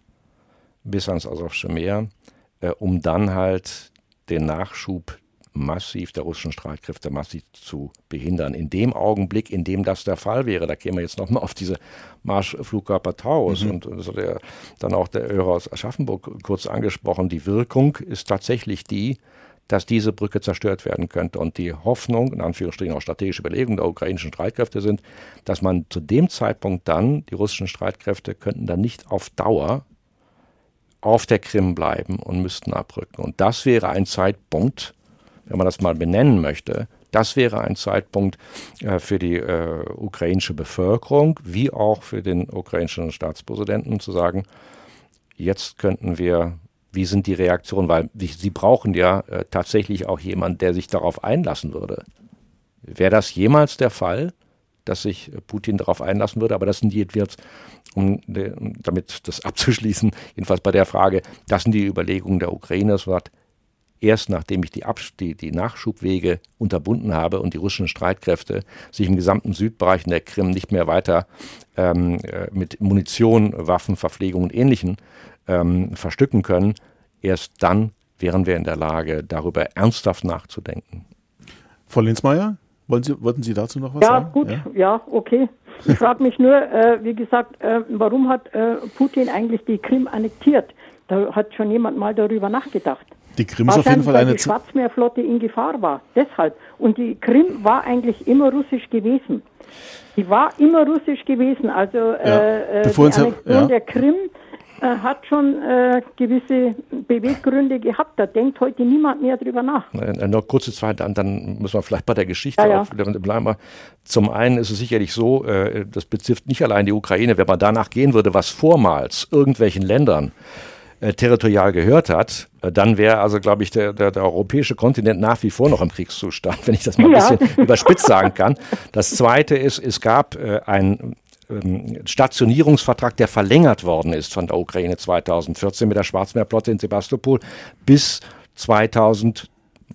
Speaker 3: bis ans Asowsche Meer, um dann halt den Nachschub massiv der russischen Streitkräfte massiv zu behindern. In dem Augenblick, in dem das der Fall wäre, da kämen wir jetzt nochmal auf diese Marschflugkörper Taurus und das hat dann auch der Hörer aus Aschaffenburg kurz angesprochen. Die Wirkung ist tatsächlich die, dass diese Brücke zerstört werden könnte und die Hoffnung, in Anführungsstrichen auch strategische Überlegungen der ukrainischen Streitkräfte sind, dass man zu dem Zeitpunkt dann, die russischen Streitkräfte könnten dann nicht auf Dauer auf der Krim bleiben und müssten abrücken. Und das wäre ein Zeitpunkt, wenn man das mal benennen möchte, das wäre ein Zeitpunkt für die ukrainische Bevölkerung, wie auch für den ukrainischen Staatspräsidenten, zu sagen, jetzt könnten wir, wie sind die Reaktionen, weil sie brauchen ja tatsächlich auch jemanden, der sich darauf einlassen würde. Wäre das jemals der Fall, dass sich Putin darauf einlassen würde? Aber das sind jetzt, damit das abzuschließen, jedenfalls bei der Frage, das sind die Überlegungen der Ukraine, das sagt, erst nachdem ich die Nachschubwege unterbunden habe und die russischen Streitkräfte sich im gesamten Südbereich in der Krim nicht mehr weiter mit Munition, Waffen, Verpflegung und Ähnlichem verstücken können, erst dann wären wir in der Lage, darüber ernsthaft nachzudenken.
Speaker 2: Frau Linzmeier, wollten Sie dazu noch was sagen?
Speaker 9: Ja, gut, ja, okay. Ich frage mich nur, wie gesagt, warum hat Putin eigentlich die Krim annektiert? Da hat schon jemand mal darüber nachgedacht.
Speaker 2: Die Krim ist auf jeden Fall
Speaker 9: weil die Schwarzmeerflotte in Gefahr war. Deshalb. Und die Krim war eigentlich immer russisch gewesen. Die war immer russisch gewesen. Also die Annexion der Krim hat schon gewisse Beweggründe gehabt. Da denkt heute niemand mehr drüber nach.
Speaker 3: Noch kurze Zeit, dann müssen wir vielleicht bei der Geschichte bleiben. Zum einen ist es sicherlich so, das betrifft nicht allein die Ukraine, wenn man danach gehen würde, was vormals irgendwelchen Ländern territorial gehört hat, dann wäre also, glaube ich, der europäische Kontinent nach wie vor noch im Kriegszustand, wenn ich das mal ein bisschen überspitzt sagen kann. Das Zweite ist, es gab einen Stationierungsvertrag, der verlängert worden ist von der Ukraine 2014 mit der Schwarzmeerflotte in Sebastopol bis 2032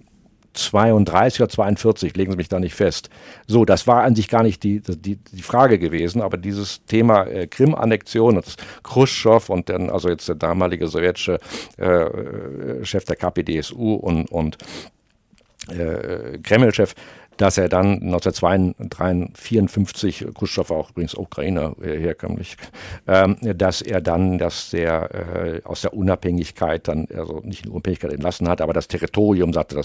Speaker 3: oder 42, legen Sie mich da nicht fest. So, das war an sich gar nicht die Frage gewesen, aber dieses Thema Krim-Annexion und Chruschtschow und dann, also jetzt der damalige sowjetische Chef der KPDSU und Kreml-Chef, dass er dann 1954, Chruschtschow war auch übrigens Ukrainer herkömmlich, dass er dann aus der Unabhängigkeit dann, also nicht die Unabhängigkeit entlassen hat, aber das Territorium sagte,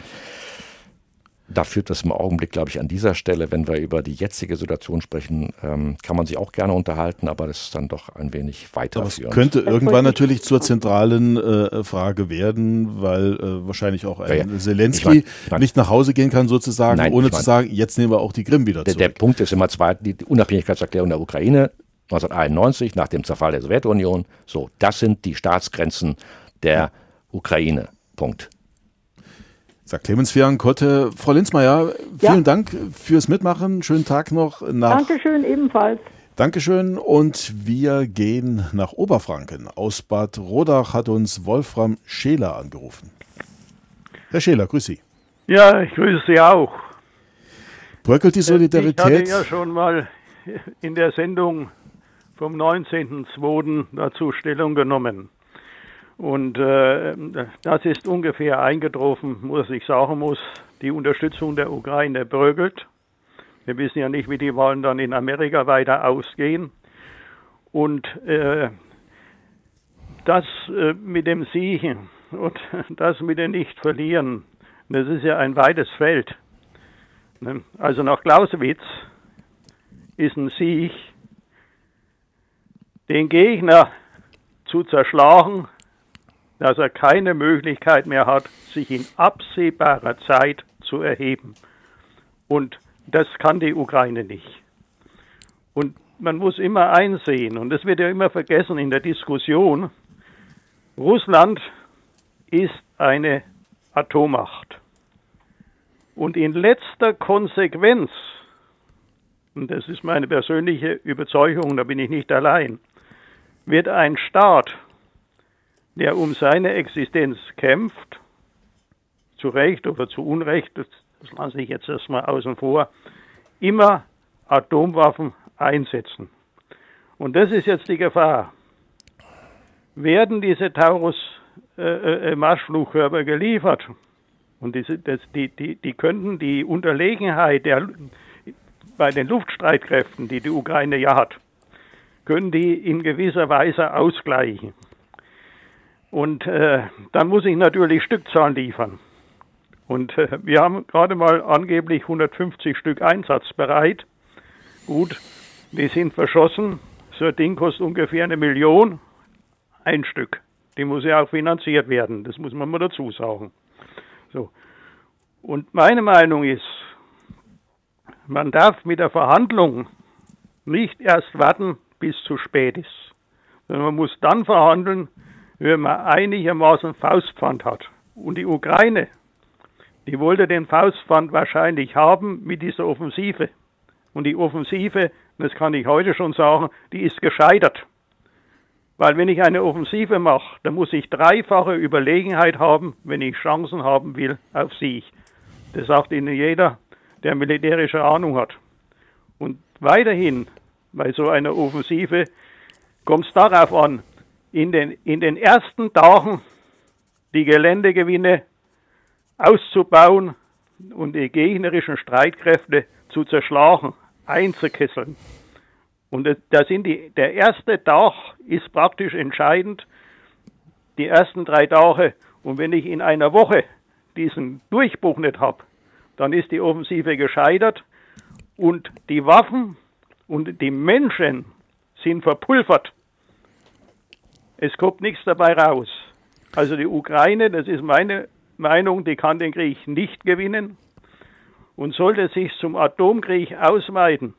Speaker 3: da führt das im Augenblick, glaube ich, an dieser Stelle, wenn wir über die jetzige Situation sprechen, kann man sich auch gerne unterhalten, aber das ist dann doch ein wenig weiterführend.
Speaker 2: Aber es könnte irgendwann natürlich zur zentralen Frage werden, weil wahrscheinlich auch ein Zelensky nicht nach Hause gehen kann sozusagen, ohne zu sagen, jetzt nehmen wir auch die Krim wieder zurück.
Speaker 3: Der Punkt ist immer die Unabhängigkeitserklärung der Ukraine 1991 nach dem Zerfall der Sowjetunion. So, das sind die Staatsgrenzen der Ukraine. Punkt.
Speaker 2: Sagt Clemens Fehren-Kotte. Frau Linzmeier, vielen Dank fürs Mitmachen. Schönen Tag noch.
Speaker 9: Dankeschön, ebenfalls.
Speaker 2: Dankeschön. Und wir gehen nach Oberfranken. Aus Bad Rodach hat uns Wolfram Scheler angerufen. Herr Scheler, grüß Sie.
Speaker 10: Ja, ich grüße Sie auch.
Speaker 2: Bröckelt die Solidarität?
Speaker 10: Ich hatte ja schon mal in der Sendung vom 19.02. dazu Stellung genommen. Und das ist ungefähr eingetroffen, muss ich sagen, die Unterstützung der Ukraine bröckelt. Wir wissen ja nicht, wie die Wahlen dann in Amerika weiter ausgehen. Und das mit dem Siegen und das mit dem Nicht-Verlieren, das ist ja ein weites Feld. Also nach Clausewitz ist ein Sieg, den Gegner zu zerschlagen, dass er keine Möglichkeit mehr hat, sich in absehbarer Zeit zu erheben. Und das kann die Ukraine nicht. Und man muss immer einsehen, und das wird ja immer vergessen in der Diskussion, Russland ist eine Atommacht. Und in letzter Konsequenz, und das ist meine persönliche Überzeugung, da bin ich nicht allein, wird ein Staat, der um seine Existenz kämpft, zu Recht oder zu Unrecht, das lasse ich jetzt erstmal außen vor, immer Atomwaffen einsetzen. Und das ist jetzt die Gefahr. Werden diese Taurus-Marschflugkörper geliefert und die könnten die Unterlegenheit bei den Luftstreitkräften, die die Ukraine ja hat, können die in gewisser Weise ausgleichen. Und dann muss ich natürlich Stückzahlen liefern. Und wir haben gerade mal angeblich 150 Stück einsatzbereit. Gut, die sind verschossen. So ein Ding kostet ungefähr 1 Million. Ein Stück. Die muss ja auch finanziert werden. Das muss man mal dazu sagen. So. Und meine Meinung ist, man darf mit der Verhandlung nicht erst warten, bis es zu spät ist. Sondern man muss dann verhandeln, wenn man einigermaßen Faustpfand hat. Und die Ukraine, die wollte den Faustpfand wahrscheinlich haben mit dieser Offensive. Und die Offensive, das kann ich heute schon sagen, die ist gescheitert. Weil wenn ich eine Offensive mache, dann muss ich 3-fache Überlegenheit haben, wenn ich Chancen haben will auf Sieg. Das sagt Ihnen jeder, der militärische Ahnung hat. Und weiterhin, bei so einer Offensive, kommt es darauf an, in den ersten Tagen die Geländegewinne auszubauen und die gegnerischen Streitkräfte zu zerschlagen, einzukesseln. Und der erste Tag ist praktisch entscheidend, die ersten 3 Tage. Und wenn ich in einer Woche diesen Durchbruch nicht habe, dann ist die Offensive gescheitert und die Waffen und die Menschen sind verpulvert. Es kommt nichts dabei raus. Also die Ukraine, das ist meine Meinung, die kann den Krieg nicht gewinnen und sollte sich zum Atomkrieg ausweiten.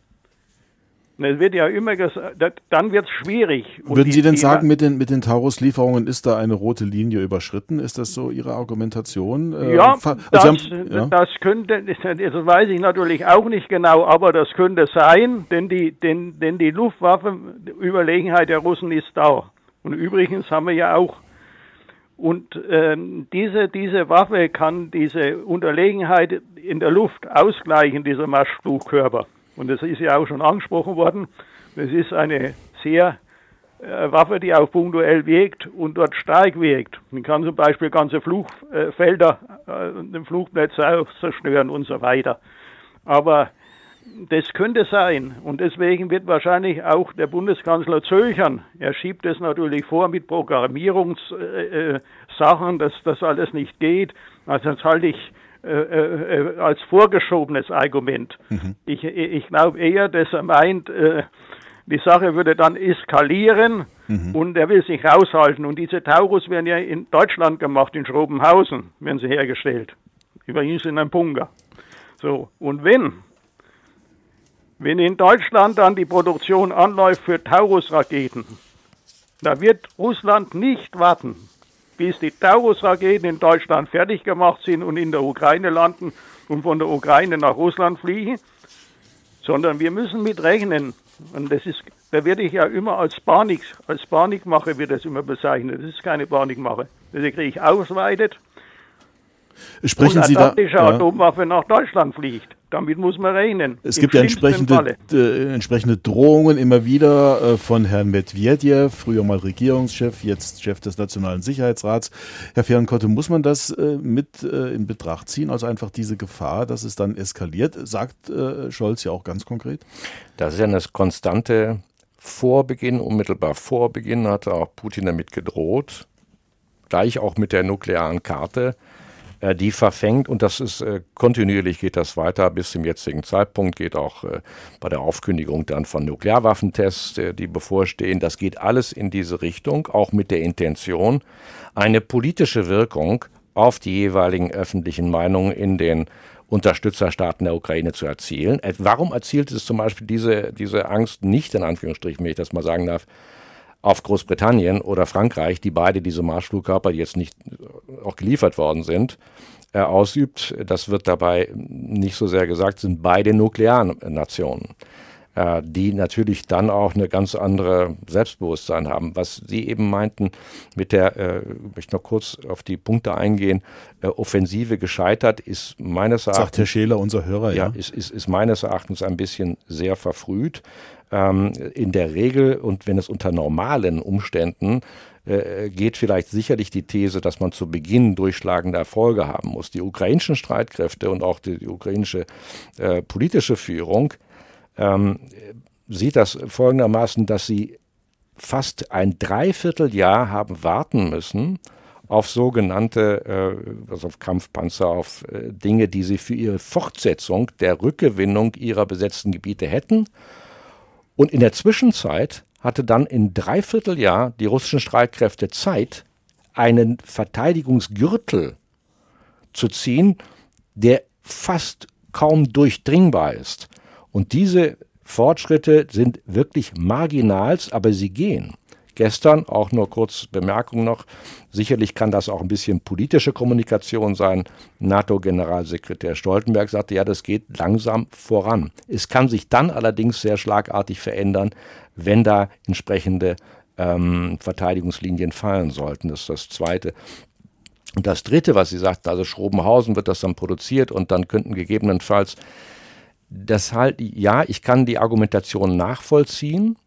Speaker 10: Es wird ja immer gesagt, dann wird es schwierig.
Speaker 2: Würden Sie denn sagen, mit den Taurus-Lieferungen ist da eine rote Linie überschritten? Ist das so Ihre Argumentation?
Speaker 10: Ja, das könnte, das weiß ich natürlich auch nicht genau, aber das könnte sein, denn die Luftwaffenüberlegenheit der Russen ist da. Und übrigens haben wir ja auch, und diese Waffe kann diese Unterlegenheit in der Luft ausgleichen, dieser Marschflugkörper. Und das ist ja auch schon angesprochen worden. Das ist eine sehr Waffe, die auch punktuell wirkt und dort stark wirkt. Man kann zum Beispiel ganze Flugfelder, den Flugplätze auch zerstören und so weiter. Aber das könnte sein. Und deswegen wird wahrscheinlich auch der Bundeskanzler zögern. Er schiebt es natürlich vor mit Programmierungssachen, dass das alles nicht geht. Also das halte ich als vorgeschobenes Argument. Mhm. Ich glaube eher, dass er meint, die Sache würde dann eskalieren und er will sich raushalten. Und diese Taurus werden ja in Deutschland gemacht, in Schrobenhausen werden sie hergestellt. Übrigens in einem Bunker. So, und wenn in Deutschland dann die Produktion anläuft für Taurus-Raketen, da wird Russland nicht warten, bis die Taurus-Raketen in Deutschland fertig gemacht sind und in der Ukraine landen und von der Ukraine nach Russland fliegen, sondern wir müssen mit rechnen. Und da werde ich ja immer als Panikmache wird das immer bezeichnet. Das ist keine Panikmache. Dass der Krieg ausweitet
Speaker 2: Sprechen
Speaker 10: und
Speaker 2: Sie da,
Speaker 10: Atomwaffe nach Deutschland fliegt. Damit muss man rechnen.
Speaker 2: Es gibt ja entsprechende Drohungen immer wieder von Herrn Medvedev, früher mal Regierungschef, jetzt Chef des Nationalen Sicherheitsrats. Herr Fehrenkotte, muss man das mit in Betracht ziehen, also einfach diese Gefahr, dass es dann eskaliert, sagt Scholz ja auch ganz konkret?
Speaker 3: Das ist ja eine konstante unmittelbar vor Beginn hatte auch Putin damit gedroht, gleich auch mit der nuklearen Karte, die verfängt, und das ist kontinuierlich geht das weiter bis zum jetzigen Zeitpunkt, geht auch bei der Aufkündigung dann von Nuklearwaffentests, die bevorstehen. Das geht alles in diese Richtung, auch mit der Intention, eine politische Wirkung auf die jeweiligen öffentlichen Meinungen in den Unterstützerstaaten der Ukraine zu erzielen. Warum erzielt es zum Beispiel diese Angst nicht, in Anführungsstrichen, wenn ich das mal sagen darf, auf Großbritannien oder Frankreich, die beide diese Marschflugkörper, die jetzt nicht auch geliefert worden sind, ausübt? Das wird dabei nicht so sehr gesagt, sind beide Nuklearnationen. die natürlich dann auch eine ganz andere Selbstbewusstsein haben. Was Sie eben meinten mit der, ich möchte noch kurz auf die Punkte eingehen, Offensive gescheitert, ist meines Erachtens...
Speaker 2: Sagt Herr Scheler, unser Hörer, ja.
Speaker 3: Ist meines Erachtens ein bisschen sehr verfrüht. In der Regel und wenn es unter normalen Umständen geht vielleicht sicherlich die These, dass man zu Beginn durchschlagende Erfolge haben muss. Die ukrainischen Streitkräfte und auch die ukrainische politische Führung sieht das folgendermaßen, dass sie fast ein Dreivierteljahr haben warten müssen auf sogenannte, also auf Kampfpanzer, auf Dinge, die sie für ihre Fortsetzung der Rückgewinnung ihrer besetzten Gebiete hätten. Und in der Zwischenzeit hatte dann in Dreivierteljahr die russischen Streitkräfte Zeit, einen Verteidigungsgürtel zu ziehen, der fast kaum durchdringbar ist. Und diese Fortschritte sind wirklich marginal, aber sie gehen. Gestern, auch nur kurz Bemerkung noch, sicherlich kann das auch ein bisschen politische Kommunikation sein. NATO-Generalsekretär Stoltenberg sagte, ja, das geht langsam voran. Es kann sich dann allerdings sehr schlagartig verändern, wenn da entsprechende Verteidigungslinien fallen sollten. Das ist das Zweite. Und das Dritte, was Sie sagten, also Schrobenhausen wird das dann produziert und dann könnten gegebenenfalls das halt, ja, ich kann die Argumentation nachvollziehen.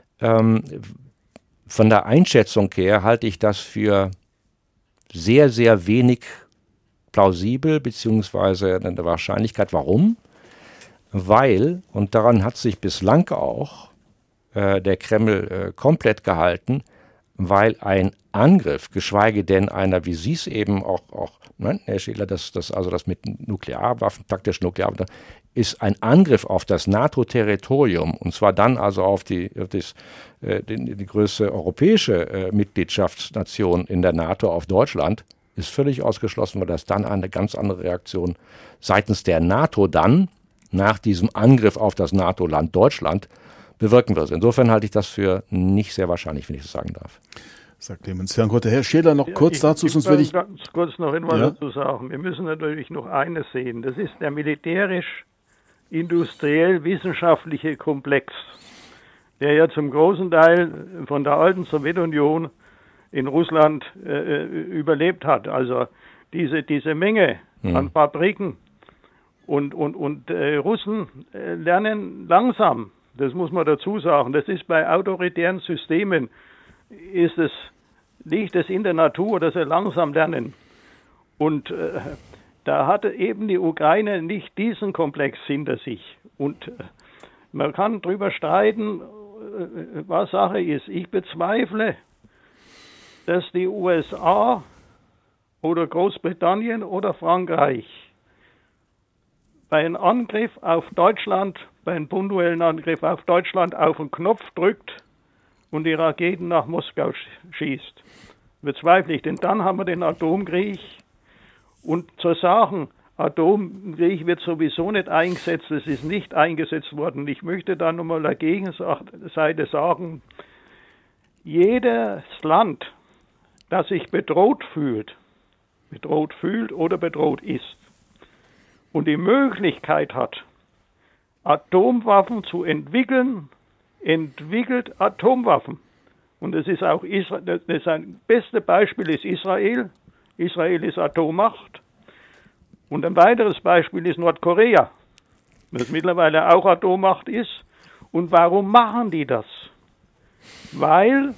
Speaker 3: Von der Einschätzung her halte ich das für sehr, sehr wenig plausibel, beziehungsweise eine Wahrscheinlichkeit. Warum? Weil, und daran hat sich bislang auch der Kreml komplett gehalten, weil ein Angriff, geschweige denn einer, wie Sie es eben auch Herr Scheler, also das mit Nuklearwaffen, taktischen Nuklearwaffen, ist ein Angriff auf das NATO-Territorium, und zwar dann also auf die größte europäische Mitgliedschaftsnation in der NATO, auf Deutschland, ist völlig ausgeschlossen, weil das dann eine ganz andere Reaktion seitens der NATO dann nach diesem Angriff auf das NATO-Land Deutschland bewirken wird. Insofern halte ich das für nicht sehr wahrscheinlich, wenn ich das sagen darf.
Speaker 2: Sagt Clemens Fernkotte. Herr Scheler, noch kurz dazu, sonst werde ich...
Speaker 10: Ganz kurz noch etwas dazu sagen. Wir müssen natürlich noch eines sehen. Das ist der militärisch-industriell-wissenschaftliche Komplex, der ja zum großen Teil von der alten Sowjetunion in Russland überlebt hat. Also diese Menge an Fabriken und Russen lernen langsam. Das muss man dazu sagen. Das ist bei autoritären Systemen, liegt es in der Natur, dass sie langsam lernen. Und da hatte eben die Ukraine nicht diesen Komplex hinter sich. Und man kann darüber streiten, was Sache ist. Ich bezweifle, dass die USA oder Großbritannien oder Frankreich bei einem Angriff auf Deutschland, bei einem punktuellen Angriff auf Deutschland auf den Knopf drückt und die Raketen nach Moskau schießt. Bezweifle ich, denn dann haben wir den Atomkrieg. Und zu sagen, Atomkrieg wird sowieso nicht eingesetzt, es ist nicht eingesetzt worden. Ich möchte da nochmal der Gegenseite sagen, jedes Land, das sich bedroht fühlt oder bedroht ist und die Möglichkeit hat, Atomwaffen zu entwickeln, entwickelt Atomwaffen. Und das ist auch das ein beste Beispiel ist Israel. Israel ist Atommacht. Und ein weiteres Beispiel ist Nordkorea, das mittlerweile auch Atommacht ist. Und warum machen die das? Weil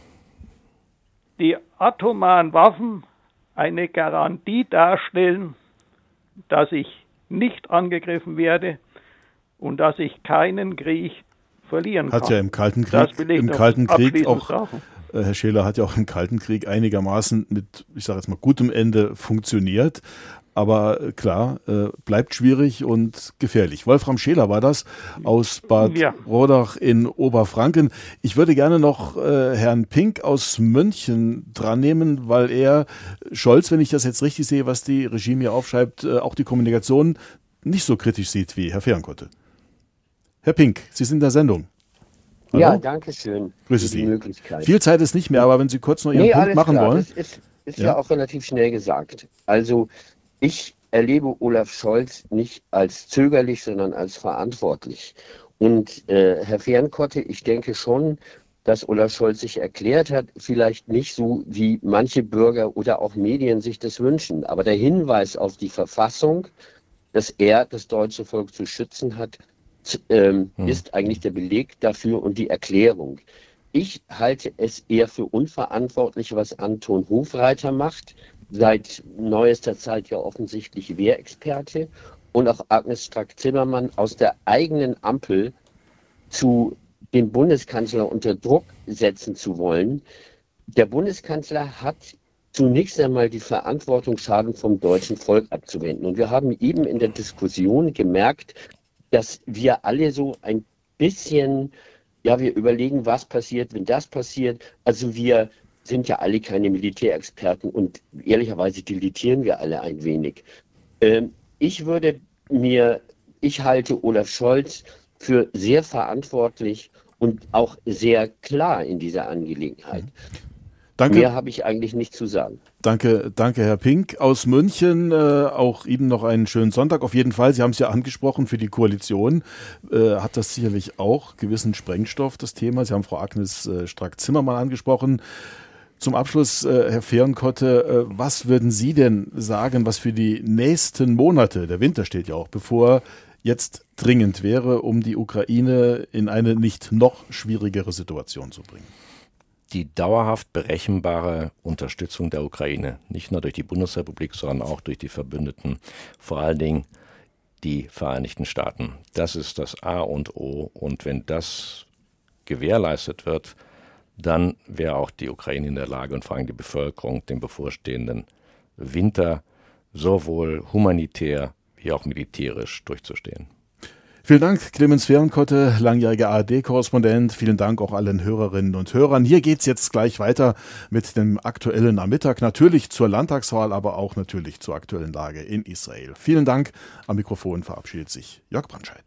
Speaker 10: die atomaren Waffen eine Garantie darstellen, dass ich nicht angegriffen werde und dass ich keinen Krieg verlieren kann.
Speaker 2: Hat ja im Kalten Krieg auch, Herr Scheler, hat ja auch im Kalten Krieg einigermaßen mit, ich sage jetzt mal, gutem Ende funktioniert. Aber klar, bleibt schwierig und gefährlich. Wolfram Scheler war das aus Bad Rodach in Oberfranken. Ich würde gerne noch Herrn Pink aus München dran nehmen, weil er Scholz, wenn ich das jetzt richtig sehe, was die Regie mir aufschreibt, auch die Kommunikation nicht so kritisch sieht wie Herr Fehrenkotte. Herr Pink, Sie sind in der Sendung. Hallo?
Speaker 11: Ja, danke schön.
Speaker 2: Grüße
Speaker 11: für die
Speaker 2: Sie.
Speaker 11: Möglichkeit.
Speaker 2: Viel Zeit ist nicht mehr, aber wenn Sie kurz noch Ihren Punkt machen
Speaker 11: klar.
Speaker 2: wollen.
Speaker 11: Das ist ja auch relativ schnell gesagt. Also ich erlebe Olaf Scholz nicht als zögerlich, sondern als verantwortlich. Und Herr Fernkotte, ich denke schon, dass Olaf Scholz sich erklärt hat, vielleicht nicht so, wie manche Bürger oder auch Medien sich das wünschen. Aber der Hinweis auf die Verfassung, dass er das deutsche Volk zu schützen hat, ist eigentlich der Beleg dafür und die Erklärung. Ich halte es eher für unverantwortlich, was Anton Hofreiter macht, seit neuester Zeit ja offensichtlich Wehrexperte, und auch Agnes Strack-Zimmermann aus der eigenen Ampel zu den Bundeskanzler unter Druck setzen zu wollen. Der Bundeskanzler hat zunächst einmal die Verantwortung, Schaden vom deutschen Volk abzuwenden. Und wir haben eben in der Diskussion gemerkt, dass wir alle so ein bisschen, ja, wir überlegen, was passiert, wenn das passiert. Also wir sind ja alle keine Militärexperten und ehrlicherweise dilettieren wir alle ein wenig. Ich halte Olaf Scholz für sehr verantwortlich und auch sehr klar in dieser Angelegenheit.
Speaker 2: Danke.
Speaker 11: Mehr habe ich eigentlich nicht zu sagen.
Speaker 2: Danke, Herr Pink aus München. Auch Ihnen noch einen schönen Sonntag. Auf jeden Fall, Sie haben es ja angesprochen, für die Koalition hat das sicherlich auch gewissen Sprengstoff, das Thema. Sie haben Frau Agnes Strack-Zimmermann angesprochen. Zum Abschluss, Herr Fernkotte, was würden Sie denn sagen, was für die nächsten Monate, der Winter steht ja auch bevor, jetzt dringend wäre, um die Ukraine in eine nicht noch schwierigere Situation zu bringen?
Speaker 3: Die dauerhaft berechenbare Unterstützung der Ukraine, nicht nur durch die Bundesrepublik, sondern auch durch die Verbündeten, vor allen Dingen die Vereinigten Staaten. Das ist das A und O. Und wenn das gewährleistet wird, dann wäre auch die Ukraine in der Lage und vor allem die Bevölkerung den bevorstehenden Winter sowohl humanitär wie auch militärisch durchzustehen.
Speaker 2: Vielen Dank, Clemens Fernkotte, langjähriger ARD-Korrespondent. Vielen Dank auch allen Hörerinnen und Hörern. Hier geht's jetzt gleich weiter mit dem Aktuellen am Mittag. Natürlich zur Landtagswahl, aber auch natürlich zur aktuellen Lage in Israel. Vielen Dank. Am Mikrofon verabschiedet sich Jörg Brandscheid.